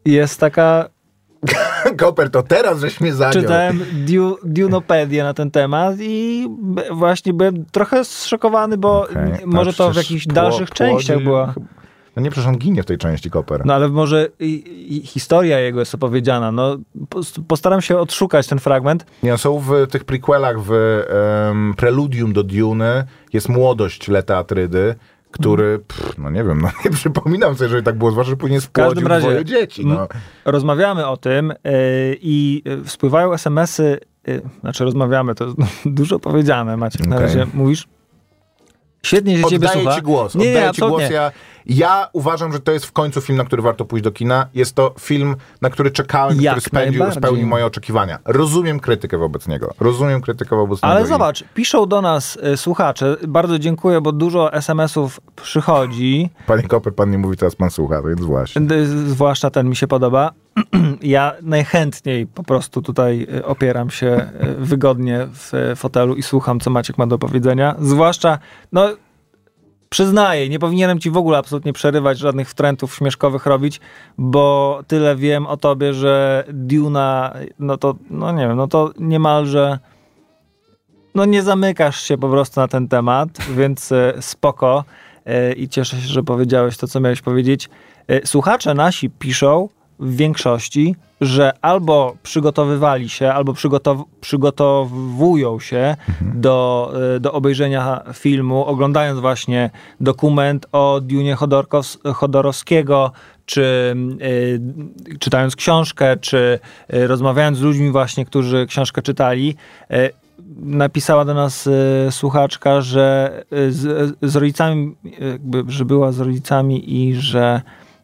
jest taka... Koper, to teraz żeś mnie zadział. Czytałem du, Dunopedię na ten temat i właśnie byłem trochę zszokowany, bo okay. może to w jakichś dalszych pło, częściach płodzi... była. No nie, przecież on ginie w tej części, Koper. No ale może i, i historia jego jest opowiedziana. No, postaram się odszukać ten fragment. Nie, są w tych prequelach, w um, preludium do Duny jest młodość Leta Atrydy, który, pff, no nie wiem, no nie przypominam sobie, żeby tak było, zwłaszcza, że później spłodził dwoje dzieci. No. Rozmawiamy o tym yy, i spływają es em esy, yy, znaczy rozmawiamy, to dużo powiedziane, Maciek, na okay. razie mówisz. Świetnie się ciebie słucha. Oddaję ci głos, nie, oddaję nie, ci głos. Ja, ja uważam, że to jest w końcu film, na który warto pójść do kina. Jest to film, na który czekałem, Jak który spędził, spełnił moje oczekiwania. Rozumiem krytykę wobec niego. Rozumiem krytykę wobec niego. Ale zobacz, i... piszą do nas y, słuchacze. Bardzo dziękuję, bo dużo es em esów przychodzi. Panie Koper, pan nie mówi, teraz pan słucha, więc właśnie. Y, zwłaszcza ten mi się podoba. Ja najchętniej po prostu tutaj opieram się wygodnie w fotelu i słucham, co Maciek ma do powiedzenia. Zwłaszcza, no przyznaję, nie powinienem ci w ogóle absolutnie przerywać, żadnych wtrętów śmieszkowych robić, bo tyle wiem o tobie, że Duna, no to, no nie wiem, no to niemalże, no nie zamykasz się po prostu na ten temat, więc spoko i cieszę się, że powiedziałeś to, co miałeś powiedzieć. Słuchacze nasi piszą, w większości, że albo przygotowywali się, albo przygotow- przygotowują się mhm. do, do obejrzenia filmu, oglądając właśnie dokument o Dunie Chodorkows- Chodorowskiego, czy y, czytając książkę, czy y, rozmawiając z ludźmi właśnie, którzy książkę czytali. Y, napisała do nas y, słuchaczka, że y, z, z rodzicami, jakby, że była z rodzicami i że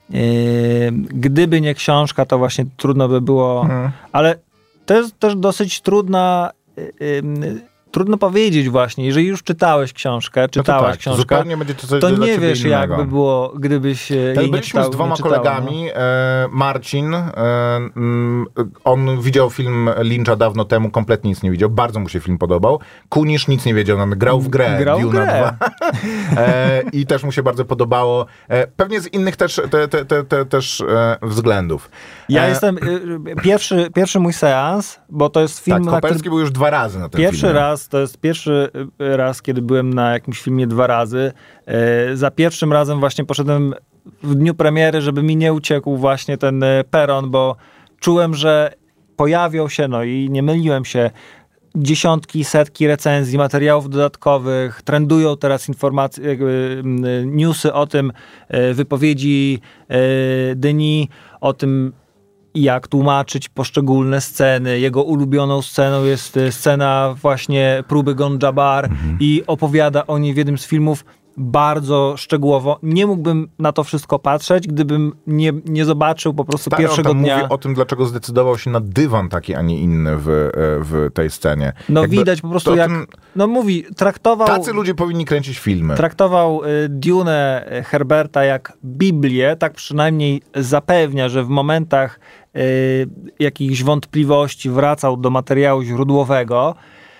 Yy, gdyby nie książka, to właśnie trudno by było, hmm. ale to jest też dosyć trudna, yy, yy, trudno powiedzieć właśnie, jeżeli już czytałeś książkę, czytałaś no to tak, książkę, zupełnie będzie to, coś to nie wiesz innego. jakby było, gdybyś jej tak, nie byliśmy czytał, z dwoma czytała, kolegami, no. e, Marcin, e, m, on widział film Lyncha dawno temu, kompletnie nic nie widział, bardzo mu się film podobał. Kunisz nic nie wiedział, on grał w grę, grał Duna w grę. dwa e, i też mu się bardzo podobało. E, pewnie z innych też, te, te, te, te, też e, względów. Ja e, jestem, y, pierwszy, pierwszy mój seans, bo to jest film... Tak, na Koperski który... był już dwa razy na tym Pierwszy filmie. raz, to jest pierwszy raz, kiedy byłem na jakimś filmie dwa razy. E, za pierwszym razem właśnie poszedłem w dniu premiery, żeby mi nie uciekł właśnie ten peron, bo czułem, że pojawią się, no i nie myliłem się, dziesiątki, setki recenzji, materiałów dodatkowych, trendują teraz informacje, jakby newsy o tym, wypowiedzi Denis, o tym, jak tłumaczyć poszczególne sceny. Jego ulubioną sceną jest scena właśnie próby Gonjabar mhm. i opowiada o niej w jednym z filmów bardzo szczegółowo. Nie mógłbym na to wszystko patrzeć, gdybym nie, nie zobaczył po prostu Stary, pierwszego on tam dnia. Mówi o tym, dlaczego zdecydował się na dywan taki, a nie inny w, w tej scenie. No Jakby widać po prostu jak, tym, no mówi, traktował... Tacy ludzie powinni kręcić filmy. Traktował y, Dune Herberta jak Biblię, tak przynajmniej zapewnia, że w momentach y, jakichś wątpliwości wracał do materiału źródłowego.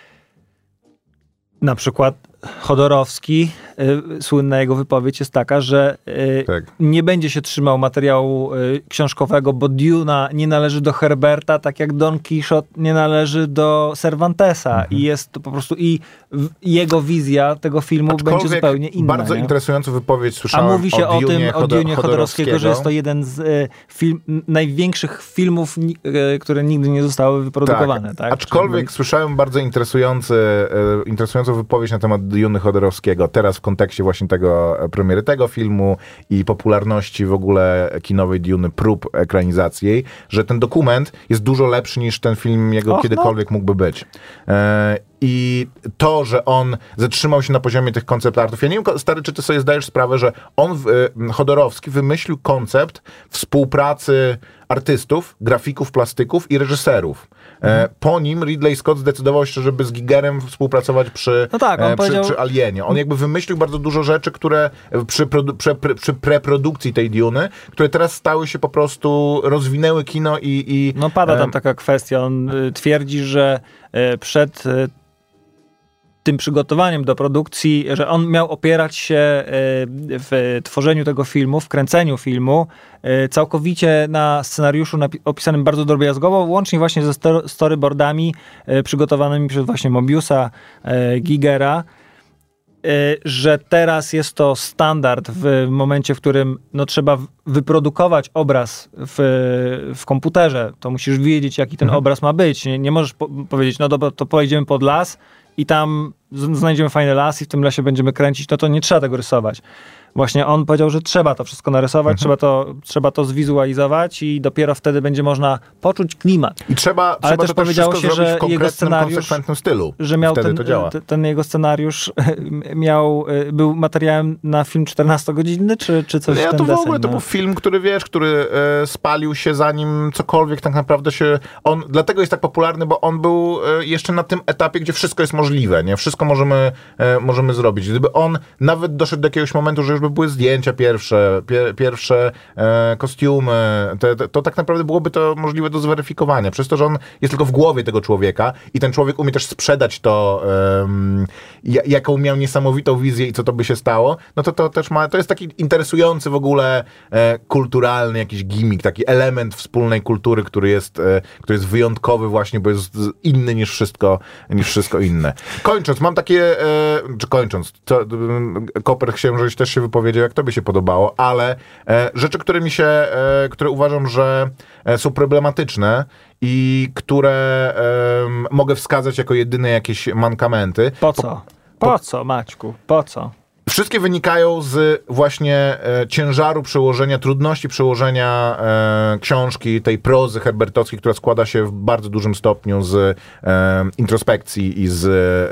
Na przykład Chodorowski, y, słynna jego wypowiedź jest taka, że y, tak. nie będzie się trzymał materiału y, książkowego, bo Duna nie należy do Herberta, tak jak Don Quixote nie należy do Cervantesa. Mhm. I jest to po prostu i w, jego wizja tego filmu Aczkolwiek będzie zupełnie inna. Bardzo nie? interesującą wypowiedź słyszałem A mówi się o, o tym, o Dunie Chodorowskiego, że jest to jeden z y, film, największych filmów, y, które nigdy nie zostały wyprodukowane. Tak. Tak? Aczkolwiek Czyli... słyszałem bardzo interesujący, y, interesującą wypowiedź na temat Duny Chodorowskiego, teraz w kontekście właśnie tego premiery tego filmu i popularności w ogóle kinowej Duny, prób ekranizacji jej, że ten dokument jest dużo lepszy niż ten film jego Och, kiedykolwiek no. mógłby być. E, I to, że on zatrzymał się na poziomie tych koncept artów. Ja nie wiem, stary, czy ty sobie zdajesz sprawę, że on, Chodorowski, wymyślił koncept współpracy artystów, grafików, plastyków i reżyserów. Mhm. Po nim Ridley Scott zdecydował się, żeby z Gigerem współpracować przy, no tak, on przy, powiedział... przy Alienie. On jakby wymyślił bardzo dużo rzeczy, które przy, produ- przy, przy, przy preprodukcji tej Duny, które teraz stały się po prostu, rozwinęły kino i... i no pada tam taka kwestia. On y, twierdzi, że y, przed... Y, tym przygotowaniem do produkcji, że on miał opierać się w tworzeniu tego filmu, w kręceniu filmu całkowicie na scenariuszu opisanym bardzo drobiazgowo, łącznie właśnie ze storyboardami przygotowanymi przez właśnie Mobiusa, Gigera, że teraz jest to standard w momencie, w którym no, trzeba wyprodukować obraz w, w komputerze. To musisz wiedzieć, jaki ten mhm. obraz ma być. Nie, nie możesz po- powiedzieć, no dobra, to pojedziemy pod las i tam znajdziemy fajny las i w tym lesie będziemy kręcić. No to nie trzeba tego rysować. Właśnie on powiedział, że trzeba to wszystko narysować, mhm. trzeba, to, trzeba to zwizualizować i dopiero wtedy będzie można poczuć klimat. I trzeba, Ale trzeba też to powiedziało też się, że w jego scenariusz, konsekwentnym stylu. że miał wtedy ten, to działa. ten jego scenariusz miał, był materiałem na film czternastogodzinny, czy, czy coś ja w ten to w deseń, ogóle no. to był film, który wiesz, który e, spalił się zanim cokolwiek tak naprawdę się... On dlatego jest tak popularny, bo on był e, jeszcze na tym etapie, gdzie wszystko jest możliwe, nie? Wszystko możemy, e, możemy zrobić. Gdyby on nawet doszedł do jakiegoś momentu, że już by były zdjęcia pierwsze, pier, pierwsze e, kostiumy, te, te, to tak naprawdę byłoby to możliwe do zweryfikowania. Przez to, że on jest tylko w głowie tego człowieka i ten człowiek umie też sprzedać to, um, jaką miał niesamowitą wizję i co to by się stało, no to to też ma, to jest taki interesujący w ogóle e, kulturalny jakiś gimmick, taki element wspólnej kultury, który jest, e, który jest wyjątkowy właśnie, bo jest inny niż wszystko, niż wszystko inne. Kończąc, mam takie, e, czy kończąc, to, Koper, chciałem, żebyś też się wypowiedział, jak tobie się podobało, ale e, rzeczy, które mi się, e, które uważam, że e, są problematyczne i które e, mogę wskazać jako jedyne jakieś mankamenty. Po co? Po, po co, Maćku? Po co? Wszystkie wynikają z właśnie e, ciężaru przełożenia, trudności przełożenia e, książki, tej prozy herbertowskiej, która składa się w bardzo dużym stopniu z e, introspekcji i z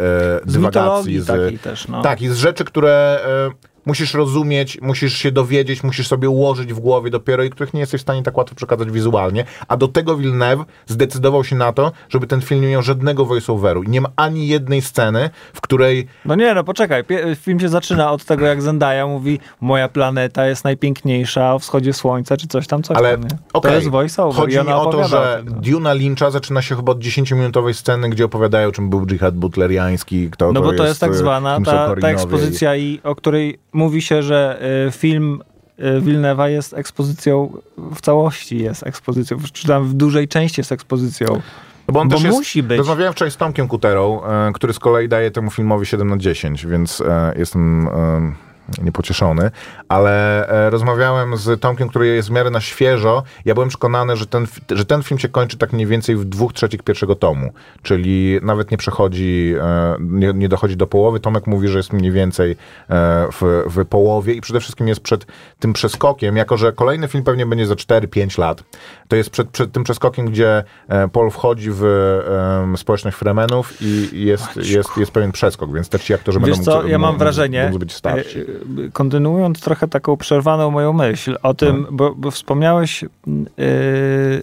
e, dywagacji. Z mitologii też, no. Tak, i z rzeczy, które... E, musisz rozumieć, musisz się dowiedzieć, musisz sobie ułożyć w głowie dopiero i których nie jesteś w stanie tak łatwo przekazać wizualnie. A do tego Villeneuve zdecydował się na to, żeby ten film nie miał żadnego voice-overu. Nie ma ani jednej sceny, w której... No nie, no poczekaj. Film się zaczyna od tego, jak Zendaya mówi, moja planeta jest najpiękniejsza o wschodzie słońca, czy coś tam, coś Ale, tam, nie? Okay. To jest voice-over. Chodzi mi o to, że o tym, no. Duna Lyncha zaczyna się chyba od dziesięciominutowej sceny, gdzie opowiadają, czym był dżihad butleriański, kto No to bo to jest, jest tak zwana ta, ta ekspozycja, i, o której mówi się, że y, film y, Villeneuve'a jest ekspozycją w całości, jest ekspozycją, czy tam w dużej części jest ekspozycją. No bo on bo też jest, musi być. Rozmawiałem wczoraj z Tomkiem Kuterą, e, który z kolei daje temu filmowi siedem na dziesięć, więc e, jestem... E, niepocieszony, ale e, rozmawiałem z Tomkiem, który jest w miarę na świeżo. Ja byłem przekonany, że ten, że ten film się kończy tak mniej więcej w dwóch trzecich pierwszego tomu, czyli nawet nie przechodzi, e, nie, nie dochodzi do połowy. Tomek mówi, że jest mniej więcej e, w, w połowie i przede wszystkim jest przed tym przeskokiem, jako że kolejny film pewnie będzie za cztery pięć lat. To jest przed, przed tym przeskokiem, gdzie e, Paul wchodzi w e, społeczność Fremenów i jest, jest, jest pewien przeskok, więc też ci aktorzy Wiesz będą co, ja mam wrażenie, być starsi. Kontynuując trochę taką przerwaną moją myśl o tym, no. bo, bo wspomniałeś yy,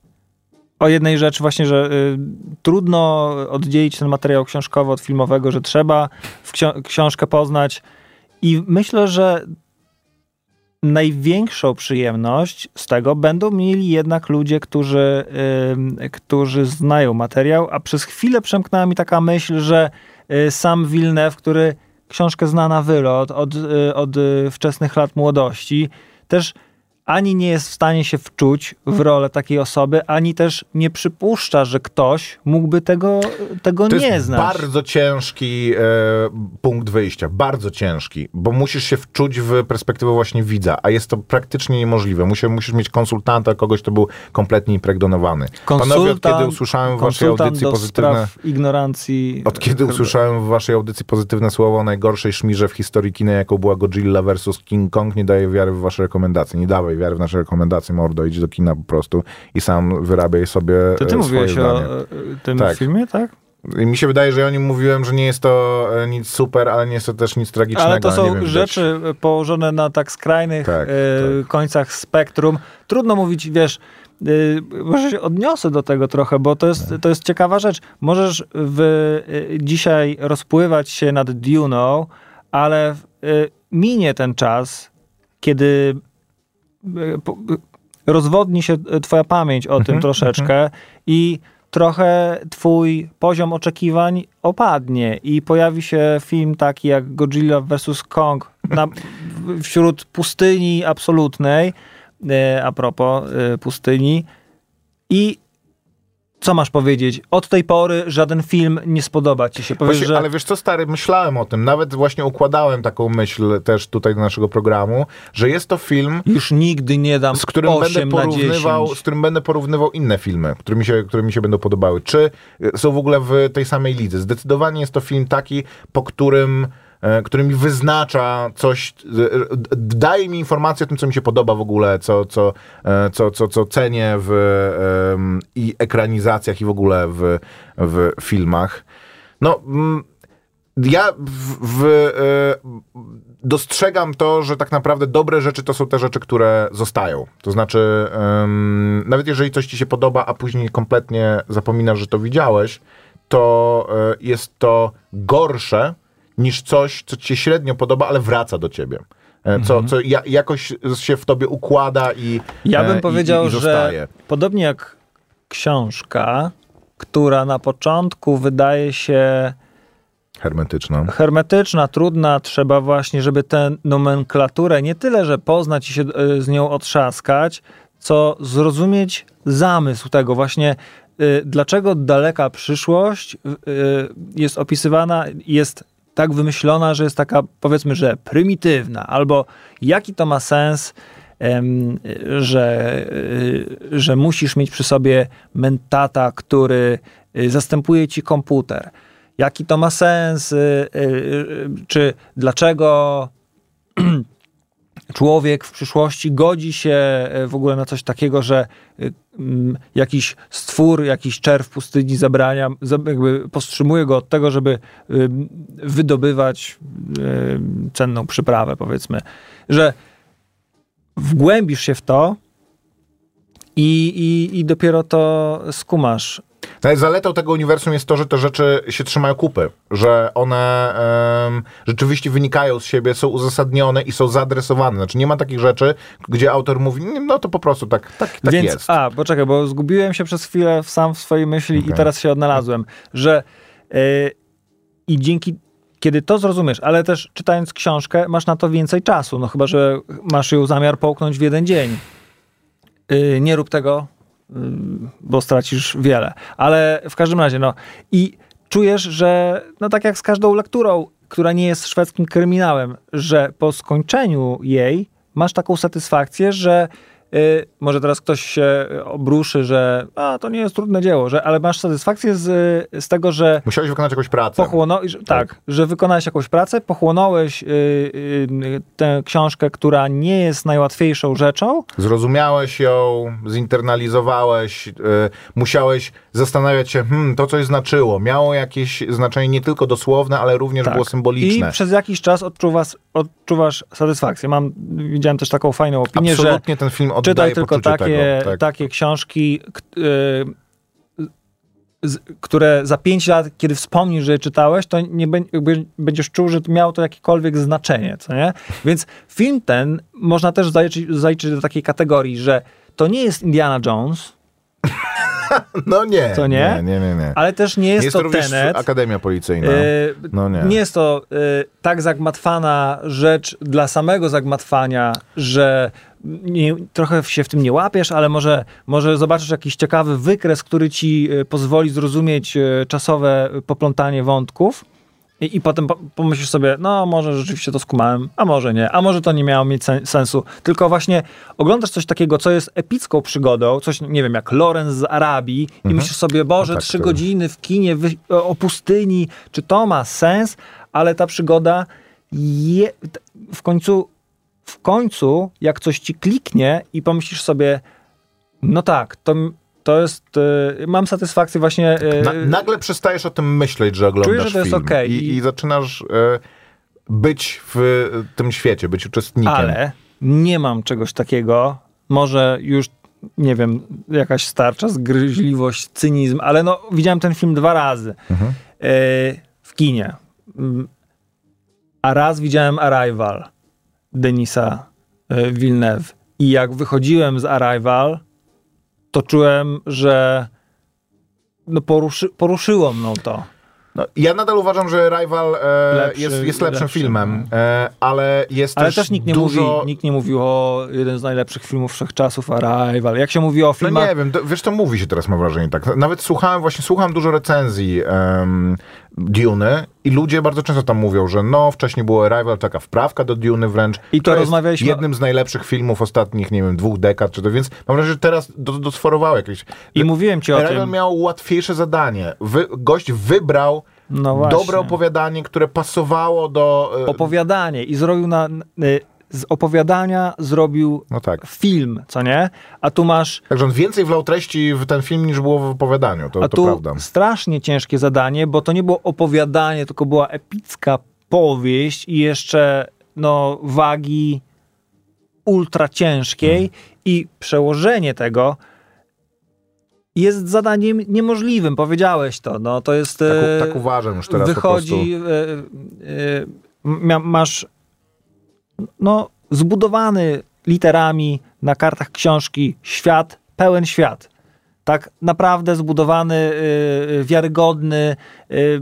o jednej rzeczy właśnie, że yy, trudno oddzielić ten materiał książkowy od filmowego, że trzeba w ksi- książkę poznać i myślę, że największą przyjemność z tego będą mieli jednak ludzie, którzy, yy, którzy znają materiał, a przez chwilę przemknęła mi taka myśl, że yy, sam Villeneuve, który książkę zna na wylot od, od wczesnych lat młodości, też ani nie jest w stanie się wczuć w rolę takiej osoby, ani też nie przypuszcza, że ktoś mógłby tego, tego to nie jest znać. Bardzo ciężki e, punkt wyjścia, bardzo ciężki, bo musisz się wczuć w perspektywę właśnie widza, a jest to praktycznie niemożliwe. Musisz, musisz mieć konsultanta, kogoś, kto był kompletnie impregnowany. Panowie, od kiedy usłyszałem w waszej audycji pozytywne... ignorancji... Od kiedy usłyszałem w waszej audycji pozytywne słowo o najgorszej szmirze w historii kina, jaką była Godzilla versus King Kong, nie daję wiary w wasze rekomendacje. Nie dawaj wiary w nasze rekomendacje, mordo, idź do kina po prostu i sam wyrabiaj sobie To ty swoje mówiłeś zdanie. o tym tak. filmie, tak? I mi się wydaje, że ja o nim mówiłem, że nie jest to nic super, ale nie jest to też nic tragicznego. Ale to są nie wiem, rzeczy widać. położone na tak skrajnych tak, y, tak. końcach spektrum. Trudno mówić, wiesz, y, może się odniosę do tego trochę, bo to jest, to jest ciekawa rzecz. Możesz w, y, dzisiaj rozpływać się nad Duną, ale y, minie ten czas, kiedy y, po, y, rozwodni się twoja pamięć o tym mhm, troszeczkę mhm. i trochę twój poziom oczekiwań opadnie i pojawi się film taki jak Godzilla versus. Kong na, wśród pustyni absolutnej, a propos pustyni, i co masz powiedzieć? Od tej pory żaden film nie spodoba ci się. Powiesz, właśnie, że... Ale wiesz co, stary, myślałem o tym. Nawet właśnie układałem taką myśl też tutaj do naszego programu, że jest to film... Już nigdy nie dam z którym będę porównywał, z którym będę porównywał inne filmy, które mi, się, które mi się będą podobały. Czy są w ogóle w tej samej lidze. Zdecydowanie jest to film taki, po którym... który mi wyznacza coś, daje mi informację o tym, co mi się podoba w ogóle, co, co, co, co, co cenię w um, i ekranizacjach, i w ogóle w, w filmach. No, ja w, w, dostrzegam to, że tak naprawdę dobre rzeczy to są te rzeczy, które zostają. To znaczy, um, nawet jeżeli coś ci się podoba, a później kompletnie zapominasz, że to widziałeś, to jest to gorsze niż coś, co ci się średnio podoba, ale wraca do ciebie. Co, co ja, jakoś się w tobie układa i Ja bym i, powiedział, i, i zostaje. że podobnie jak książka, która na początku wydaje się hermetyczna, hermetyczna, trudna, trzeba właśnie, żeby tę nomenklaturę nie tyle, że poznać i się z nią otrzaskać, co zrozumieć zamysł tego właśnie, dlaczego daleka przyszłość jest opisywana, jest tak wymyślona, że jest taka, powiedzmy, że prymitywna, albo jaki to ma sens, że, że musisz mieć przy sobie mentata, który zastępuje ci komputer. Jaki to ma sens, czy dlaczego człowiek w przyszłości godzi się w ogóle na coś takiego, że jakiś stwór, jakiś czerw pustyni zabrania, jakby powstrzymuje go od tego, żeby wydobywać cenną przyprawę, powiedzmy. Że wgłębisz się w to i, i, i dopiero to skumasz. Zaletą tego uniwersum jest to, że te rzeczy się trzymają kupy, że one um, rzeczywiście wynikają z siebie, są uzasadnione i są zaadresowane. Znaczy nie ma takich rzeczy, gdzie autor mówi, no to po prostu tak, tak, tak Więc, jest. A, poczekaj, bo zgubiłem się przez chwilę sam w swojej myśli okay. i teraz się odnalazłem, że yy, i dzięki, kiedy to zrozumiesz, ale też czytając książkę, masz na to więcej czasu, no chyba, że masz ją zamiar połknąć w jeden dzień. Yy, nie rób tego, bo stracisz wiele. Ale w każdym razie, no i czujesz, że no tak jak z każdą lekturą, która nie jest szwedzkim kryminałem, że po skończeniu jej masz taką satysfakcję, że y, może teraz ktoś się obruszy, że a, to nie jest trudne dzieło, że, ale masz satysfakcję z, z tego, że musiałeś wykonać jakąś pracę. Pochłono, że, tak. tak, że wykonałeś jakąś pracę, pochłonąłeś y, y, tę książkę, która nie jest najłatwiejszą rzeczą. Zrozumiałeś ją, zinternalizowałeś, y, musiałeś zastanawiać się, hmm, to coś znaczyło. Miało jakieś znaczenie nie tylko dosłowne, ale również tak. było symboliczne. I przez jakiś czas odczuwasz, odczuwasz satysfakcję. Mam, widziałem też taką fajną opinię, absolutnie że ten film oddaje czytaj tylko takie, tego, tak. takie książki, y, z, które za pięć lat, kiedy wspomnisz, że je czytałeś, to nie be, będziesz czuł, że miało to jakiekolwiek znaczenie, co nie? Więc film ten można też zaliczyć, zaliczyć do takiej kategorii, że to nie jest Indiana Jones. No nie, co nie? nie, nie, nie, nie. Ale też nie jest, jest to, to Tenet. Akademia Policyjna. Yy, no nie. nie jest to yy, tak zagmatwana rzecz dla samego zagmatwania, że nie, trochę się w tym nie łapiesz, ale może, może zobaczysz jakiś ciekawy wykres, który ci pozwoli zrozumieć czasowe poplątanie wątków i, i potem pomyślisz sobie, no może rzeczywiście to skumałem, a może nie, a może to nie miało mieć sen- sensu. Tylko właśnie oglądasz coś takiego, co jest epicką przygodą, coś, nie wiem, jak Lorenz z Arabii mhm. i myślisz sobie, Boże, no tak, trzy to... godziny w kinie wy- o pustyni, czy to ma sens? Ale ta przygoda je, w końcu w końcu, jak coś ci kliknie i pomyślisz sobie, no tak, to, to jest, y, mam satysfakcję właśnie... Y, Na, nagle przestajesz o tym myśleć, że oglądasz czujesz, że to jest film okay. I, i zaczynasz y, być w tym świecie, być uczestnikiem. Ale nie mam czegoś takiego, może już, nie wiem, jakaś starcza zgryźliwość, cynizm, ale no, widziałem ten film dwa razy mhm. y, w kinie. A raz widziałem Arrival Denisa Villeneuve. I jak wychodziłem z Arrival, to czułem, że no poruszy, poruszyło mną to. No, ja nadal uważam, że Rival e, Lepszy, jest, jest lepszym lepszy, filmem, e, ale jest Ale też, też nikt nie, dużo... mówi, nikt nie mówił o jeden z najlepszych filmów wszechczasów, Arrival. Jak się mówi o filmach... No nie wiem, to, wiesz, to mówi się teraz, mam wrażenie, tak. Nawet słuchałem, właśnie słucham dużo recenzji um, Duny i ludzie bardzo często tam mówią, że no, wcześniej było Arrival, taka wprawka do Duny wręcz. I to jest rozmawialiśmy... jednym z najlepszych filmów ostatnich, nie wiem, dwóch dekad, czy to, więc mam wrażenie, że teraz do, dosforowało jakieś... I mówiłem ci o Arrival tym. miał łatwiejsze zadanie. Wy, gość wybrał No właśnie. dobre opowiadanie, które pasowało do... Opowiadanie i zrobił na... Z opowiadania zrobił No tak. film, co nie? A tu masz... Także on więcej wlał treści w ten film niż było w opowiadaniu, to, A to tu prawda. strasznie ciężkie zadanie, bo to nie było opowiadanie, tylko była epicka powieść i jeszcze no, wagi ultra ciężkiej hmm. i przełożenie tego jest zadaniem niemożliwym, powiedziałeś to. No, to jest... Tak, tak uważam już teraz wychodzi, po prostu. E, e, masz no, zbudowany literami na kartach książki świat, pełen świat. Tak naprawdę zbudowany, y, wiarygodny, y,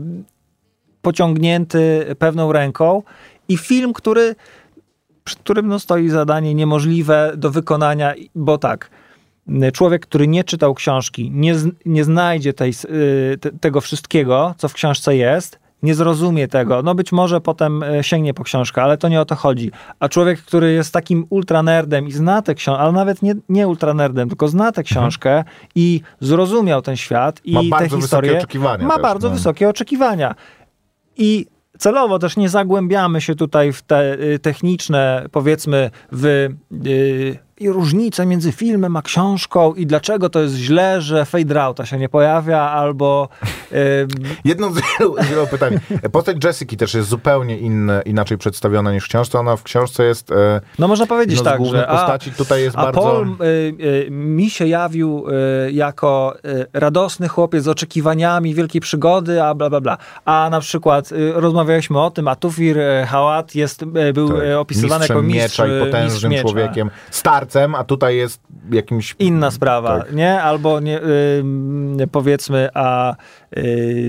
pociągnięty pewną ręką i film, który, przed którym no, stoi zadanie niemożliwe do wykonania, bo tak, człowiek, który nie czytał książki, nie, nie znajdzie tej, y, te, tego wszystkiego, co w książce jest, nie zrozumie tego. No być może potem sięgnie po książkę, ale to nie o to chodzi. A człowiek, który jest takim ultranerdem i zna tę książkę, ale nawet nie, nie ultranerdem, tylko zna tę książkę mhm. i zrozumiał ten świat i ma tę historię. Oczekiwania ma też, bardzo no. wysokie oczekiwania. I celowo też nie zagłębiamy się tutaj w te y, techniczne, powiedzmy, w y, i różnice między filmem a książką i dlaczego to jest źle, że fade rauta się nie pojawia, albo... Yy... Jedno z wielu, z wielu pytań. Postać Jessiki też jest zupełnie inne, inaczej przedstawiona niż w książce. Ona w książce jest... E, no można powiedzieć no, z tak, głównych że... postaci a, tutaj jest a bardzo... Paul y, y, mi się jawił y, jako y, radosny chłopiec z oczekiwaniami wielkiej przygody, a bla, bla, bla. A na przykład y, rozmawialiśmy o tym, a Tufir y, Hawat jest, y, był tak. y, opisywany Mistrzem jako mistrz miecza i potężnym mistrz miecza. człowiekiem. Starcem, a tutaj jest jakimś... Inna sprawa, tak. nie? Albo nie, yy, powiedzmy, a yy,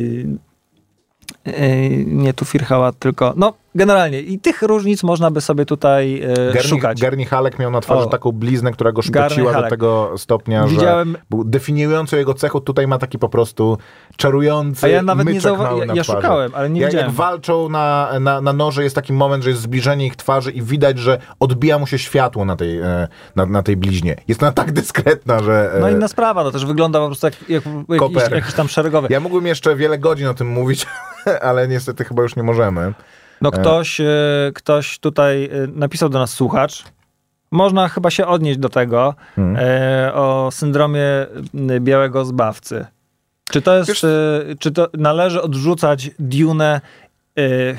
yy, nie tu Firhałat, tylko no generalnie i tych różnic można by sobie tutaj yy, Gerni, szukać. Gerni Halleck miał na twarzy o. taką bliznę, która go szpeciła do tego stopnia, Widziałem... że był definiującą jego cechą. Tutaj ma taki po prostu czarujący A ja nawet nie zauważyłem. ja, na ja twarzy. szukałem, ale nie ja, widziałem. Jak walczą na, na, na noże, jest taki moment, że jest zbliżenie ich twarzy i widać, że odbija mu się światło na tej, na, na tej bliźnie. Jest ona tak dyskretna, że... No inna sprawa, no też wygląda po prostu jak, jak jakiś, jakiś tam szeregowy. Ja mógłbym jeszcze wiele godzin o tym mówić, ale niestety chyba już nie możemy. No ktoś, ktoś tutaj napisał do nas słuchacz. Można chyba się odnieść do tego hmm. e, o syndromie białego zbawcy. Czy to jest, Wiesz, e, czy to należy odrzucać Dune e,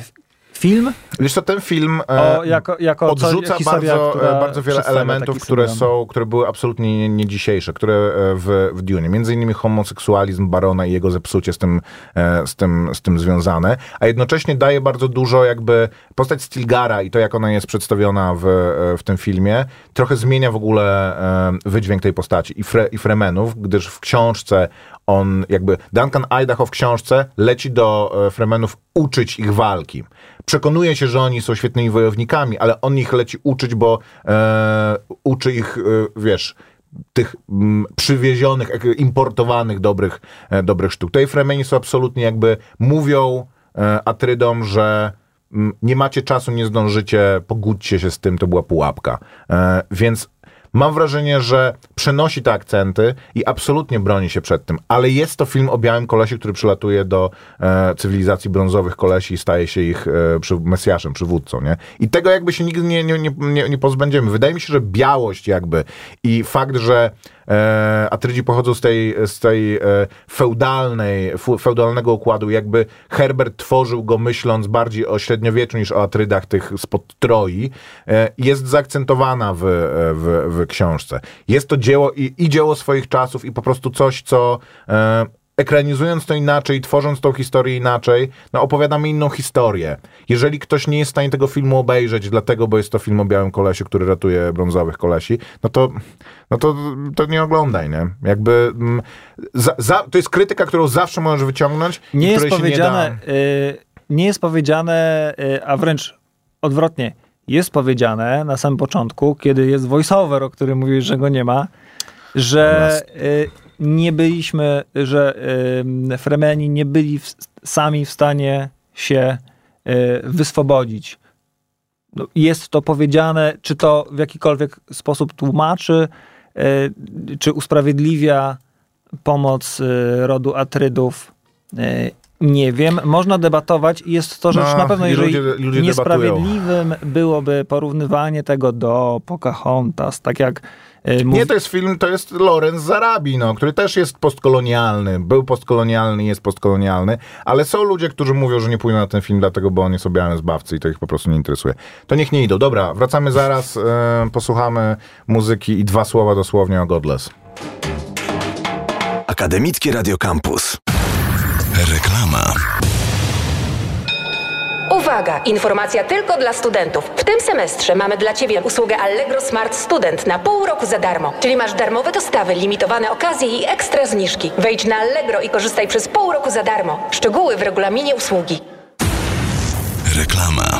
film? Wiesz co, ten film e, o, jako, jako odrzuca co, historia, bardzo, bardzo wiele elementów, które są, które były absolutnie nie, nie dzisiejsze, które w, w Dune. Między innymi homoseksualizm Barona i jego zepsucie z tym, e, z, tym, z tym związane, a jednocześnie daje bardzo dużo jakby postać Stilgara i to, jak ona jest przedstawiona w, w tym filmie, trochę zmienia w ogóle e, wydźwięk tej postaci i, fre, i Fremenów, gdyż w książce on jakby, Duncan Idaho w książce leci do e, Fremenów uczyć ich walki. Przekonuje się, że oni są świetnymi wojownikami, ale on ich leci uczyć, bo e, uczy ich, e, wiesz, tych m, przywiezionych, importowanych dobrych, e, dobrych sztuk. Tutaj Fremeni są absolutnie jakby, mówią e, Atrydom, że m, nie macie czasu, nie zdążycie, pogódźcie się z tym, to była pułapka. E, więc mam wrażenie, że przenosi te akcenty i absolutnie broni się przed tym, ale jest to film o białym kolesi, który przylatuje do e, cywilizacji brązowych kolesi i staje się ich e, przy, mesjaszem, przywódcą, nie? I tego jakby się nigdy nie, nie, nie, nie pozbędziemy. Wydaje mi się, że białość jakby i fakt, że e, Atrydzi pochodzą z tej, z tej e, feudalnej, feudalnego układu, jakby Herbert tworzył go myśląc bardziej o średniowieczu niż o Atrydach tych spod Troi, e, jest zaakcentowana w, w, w książce. Jest to dzieło i, i dzieło swoich czasów i po prostu coś, co e, ekranizując to inaczej, tworząc tą historię inaczej, no opowiadamy inną historię. Jeżeli ktoś nie jest w stanie tego filmu obejrzeć, dlatego, bo jest to film o białym kolesiu, który ratuje brązowych kolesi, no to, no to, to nie oglądaj, nie? Jakby mm, za, za, to jest krytyka, którą zawsze możesz wyciągnąć. Nie i jest której powiedziane, się nie da. y, nie jest powiedziane, y, a wręcz odwrotnie, jest powiedziane na samym początku, kiedy jest voiceover, o którym mówisz, że go nie ma, że y, nie byliśmy, że y, Fremeni nie byli w, sami w stanie się y, wyswobodzić. No, jest to powiedziane, czy to w jakikolwiek sposób tłumaczy, y, czy usprawiedliwia pomoc y, rodu Atrydów, y, nie wiem. Można debatować i jest to rzecz No, na pewno, jeżeli ludzie, ludzie niesprawiedliwym debatują. byłoby porównywanie tego do Pocahontas, tak jak y, mówi... Nie, to jest film, to jest Lawrence Zarabi, no, który też jest postkolonialny. Był postkolonialny, jest postkolonialny, ale są ludzie, którzy mówią, że nie pójdą na ten film dlatego, bo on jest o białym zbawcy i to ich po prostu nie interesuje. To niech nie idą. Dobra, wracamy zaraz, e, posłuchamy muzyki i dwa słowa dosłownie o Godless. Akademickie Radio Campus. Reklama. Uwaga! Informacja tylko dla studentów. W tym semestrze mamy dla Ciebie usługę Allegro Smart Student na pół roku za darmo. Czyli masz darmowe dostawy, limitowane okazje i ekstra zniżki. Wejdź na Allegro i korzystaj przez pół roku za darmo. Szczegóły w regulaminie usługi. Reklama.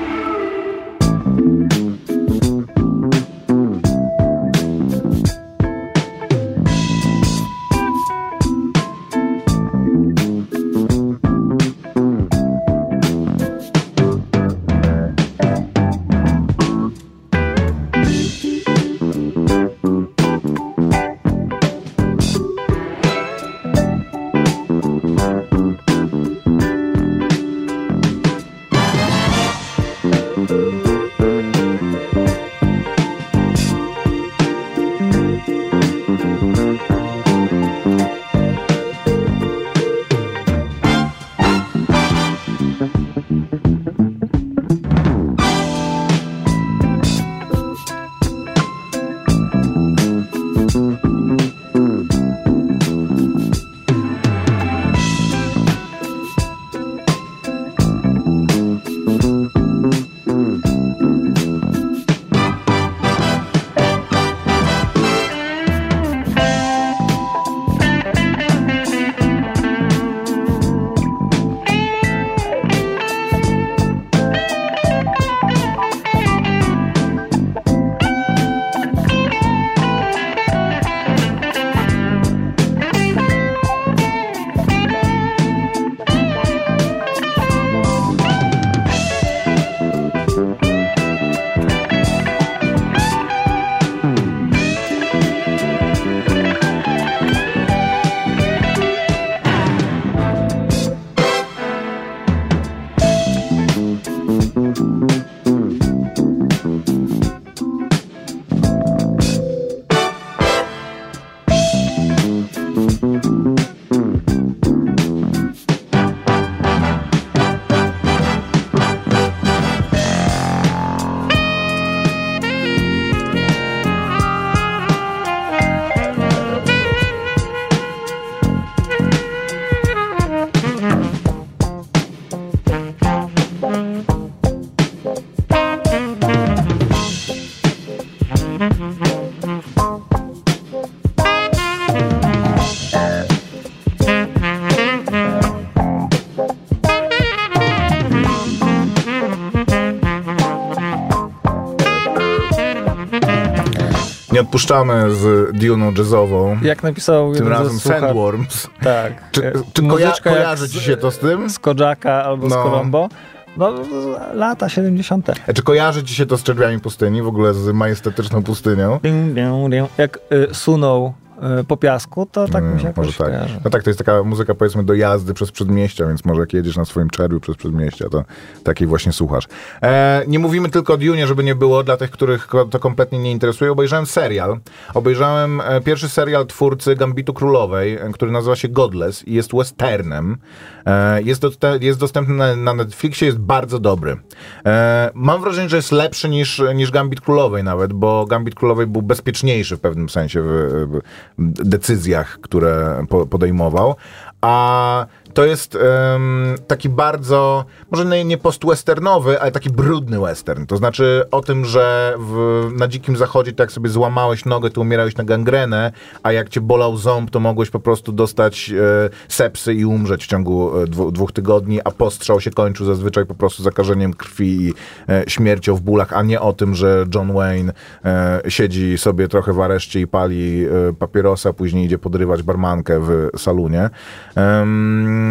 Nie odpuszczamy z Duną jazzową. Jak napisał Tym jeden razem ze słucha- Sandworms. Tak. Czy, E, czy koja- muzyczka jak kojarzy ci się to z tym? Z Kojaka albo No. z Colombo. No, lata siedemdziesiąte. E, Czy kojarzy ci się to z Czerwiami Pustyni? W ogóle z majestatyczną pustynią? Ding, ding, ding. Jak y, sunął y, po piasku, to tak mi się Mm, jakoś może tak. kojarzy. No tak, to jest taka muzyka, powiedzmy, do jazdy przez przedmieścia, więc może jak jedziesz na swoim czerwiu przez przedmieścia, to takiej właśnie słuchasz. E, nie mówimy tylko o Dunie, żeby nie było, dla tych, których ko- to kompletnie nie interesuje. Obejrzałem serial. Obejrzałem e, pierwszy serial twórcy Gambitu Królowej, e, który nazywa się Godless i jest westernem. E, jest, do, jest dostępny na, na Netflixie, jest bardzo dobry. E, mam wrażenie, że jest lepszy niż, niż Gambit Królowej nawet, bo Gambit Królowej był bezpieczniejszy w pewnym sensie w, w, decyzjach, które po, podejmował. A to jest um, taki bardzo, może nie, nie post-westernowy, ale taki brudny western. To znaczy o tym, że w, na Dzikim Zachodzie, tak jak sobie złamałeś nogę, to umierałeś na gangrenę, a jak cię bolał ząb, to mogłeś po prostu dostać e, sepsy i umrzeć w ciągu e, dwu, dwóch tygodni, a postrzał się kończył zazwyczaj po prostu zakażeniem krwi i e, śmiercią w bólach, a nie o tym, że John Wayne e, siedzi sobie trochę w areszcie i pali e, papierosa, później idzie podrywać barmankę w salonie. Um,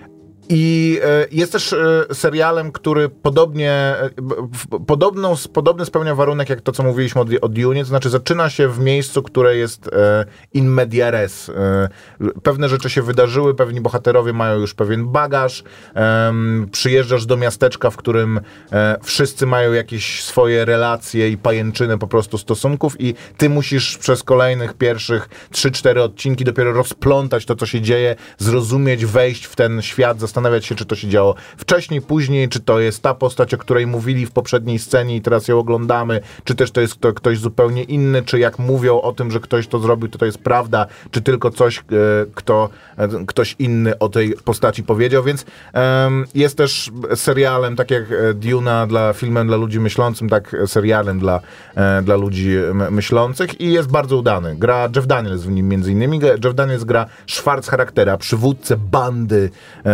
I jest też serialem, który podobnie, podobną, podobny spełnia warunek jak to, co mówiliśmy o, o Dune, to znaczy zaczyna się w miejscu, które jest in media res. Pewne rzeczy się wydarzyły, pewni bohaterowie mają już pewien bagaż. Przyjeżdżasz do miasteczka, w którym wszyscy mają jakieś swoje relacje i pajęczyny po prostu stosunków i ty musisz przez kolejnych pierwszych trzy cztery odcinki dopiero rozplątać to, co się dzieje, zrozumieć, wejść w ten świat, zastanawiać się, czy to się działo wcześniej, później, czy to jest ta postać, o której mówili w poprzedniej scenie i teraz ją oglądamy, czy też to jest kto, ktoś zupełnie inny, czy jak mówią o tym, że ktoś to zrobił, to to jest prawda, czy tylko coś, kto, ktoś inny o tej postaci powiedział, więc um, jest też serialem, tak jak Duna dla filmem dla ludzi myślących, tak serialem dla, dla ludzi myślących i jest bardzo udany. Gra Jeff Daniels w nim między innymi. Jeff Daniels gra Schwarzcharaktera, przywódcę bandy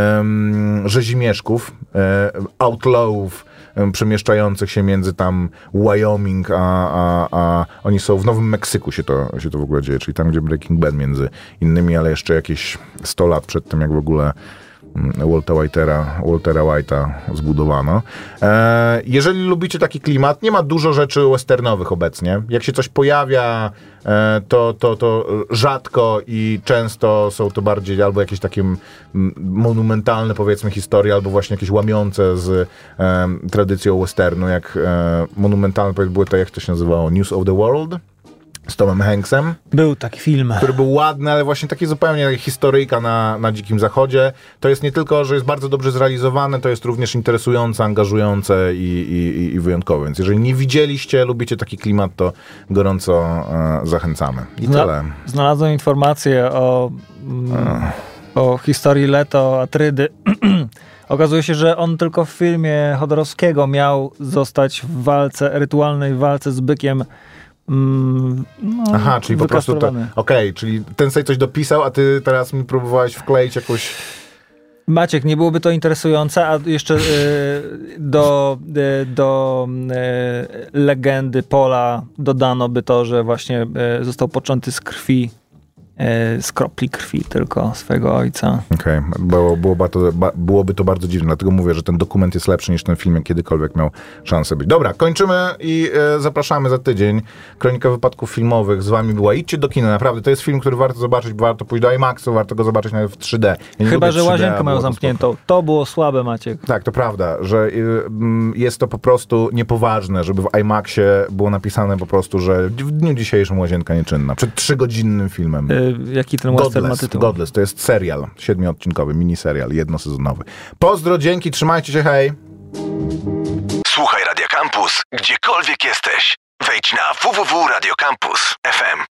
um, rzezimieszków, e, outlawów, e, przemieszczających się między tam Wyoming, a, a, a oni są w Nowym Meksyku się to, się to w ogóle dzieje, czyli tam, gdzie Breaking Bad między innymi, ale jeszcze jakieś sto lat przed tym, jak w ogóle Waltera White'a, Waltera White'a zbudowano. E, jeżeli lubicie taki klimat, nie ma dużo rzeczy westernowych obecnie. Jak się coś pojawia, e, to, to, to rzadko i często są to bardziej albo jakieś takie monumentalne, powiedzmy, historie, albo właśnie jakieś łamiące z e, tradycją westernu, jak e, monumentalne były to, jak to się nazywało, News of the World z Tomem Hanksem. Był taki film. Który był ładny, ale właśnie taki zupełnie historyjka na, na Dzikim Zachodzie. To jest nie tylko, że jest bardzo dobrze zrealizowane, to jest również interesujące, angażujące i, i, i wyjątkowe. Więc jeżeli nie widzieliście, lubicie taki klimat, to gorąco e, zachęcamy. I Zna- tyle. Znalazłem informację o, mm, o historii Leto Atrydy. Okazuje się, że on tylko w filmie Chodorowskiego miał zostać w walce, rytualnej walce z bykiem. Mm, no, Aha, czyli po prostu to. Okej, okay, czyli ten sobie coś dopisał, a ty teraz mi próbowałeś wkleić jakąś. Maciek, nie byłoby to interesujące, a jeszcze y, do, y, do y, legendy Pola dodano by to, że właśnie y, został poczęty z krwi, y, z kropli krwi tylko swojego ojca. Okej, okay. było, było to, ba, byłoby to bardzo dziwne, dlatego mówię, że ten dokument jest lepszy niż ten film, jak kiedykolwiek miał szansę być. Dobra, kończymy i e, zapraszamy za tydzień. Kronika wypadków filmowych z wami była. Idźcie do kina, naprawdę, to jest film, który warto zobaczyć, warto pójść do IMAXu, warto go zobaczyć nawet w trzy D. Ja Chyba, że łazienkę mają zamkniętą. To było słabe, Maciek. Tak, to prawda, że y, jest to po prostu niepoważne, żeby w IMAXie było napisane po prostu, że w dniu dzisiejszym łazienka nieczynna. Przed trzygodzinnym filmem. Y, jaki ten western ma tytuł? Godless, to jest serial, siedmiodcinkowy, miniserial, jednosezonowy. Pozdro, dzięki, trzymajcie się, hej! Słuchaj Radio Campus, gdziekolwiek jesteś. Wejdź na w w w kropka radio campus kropka f m.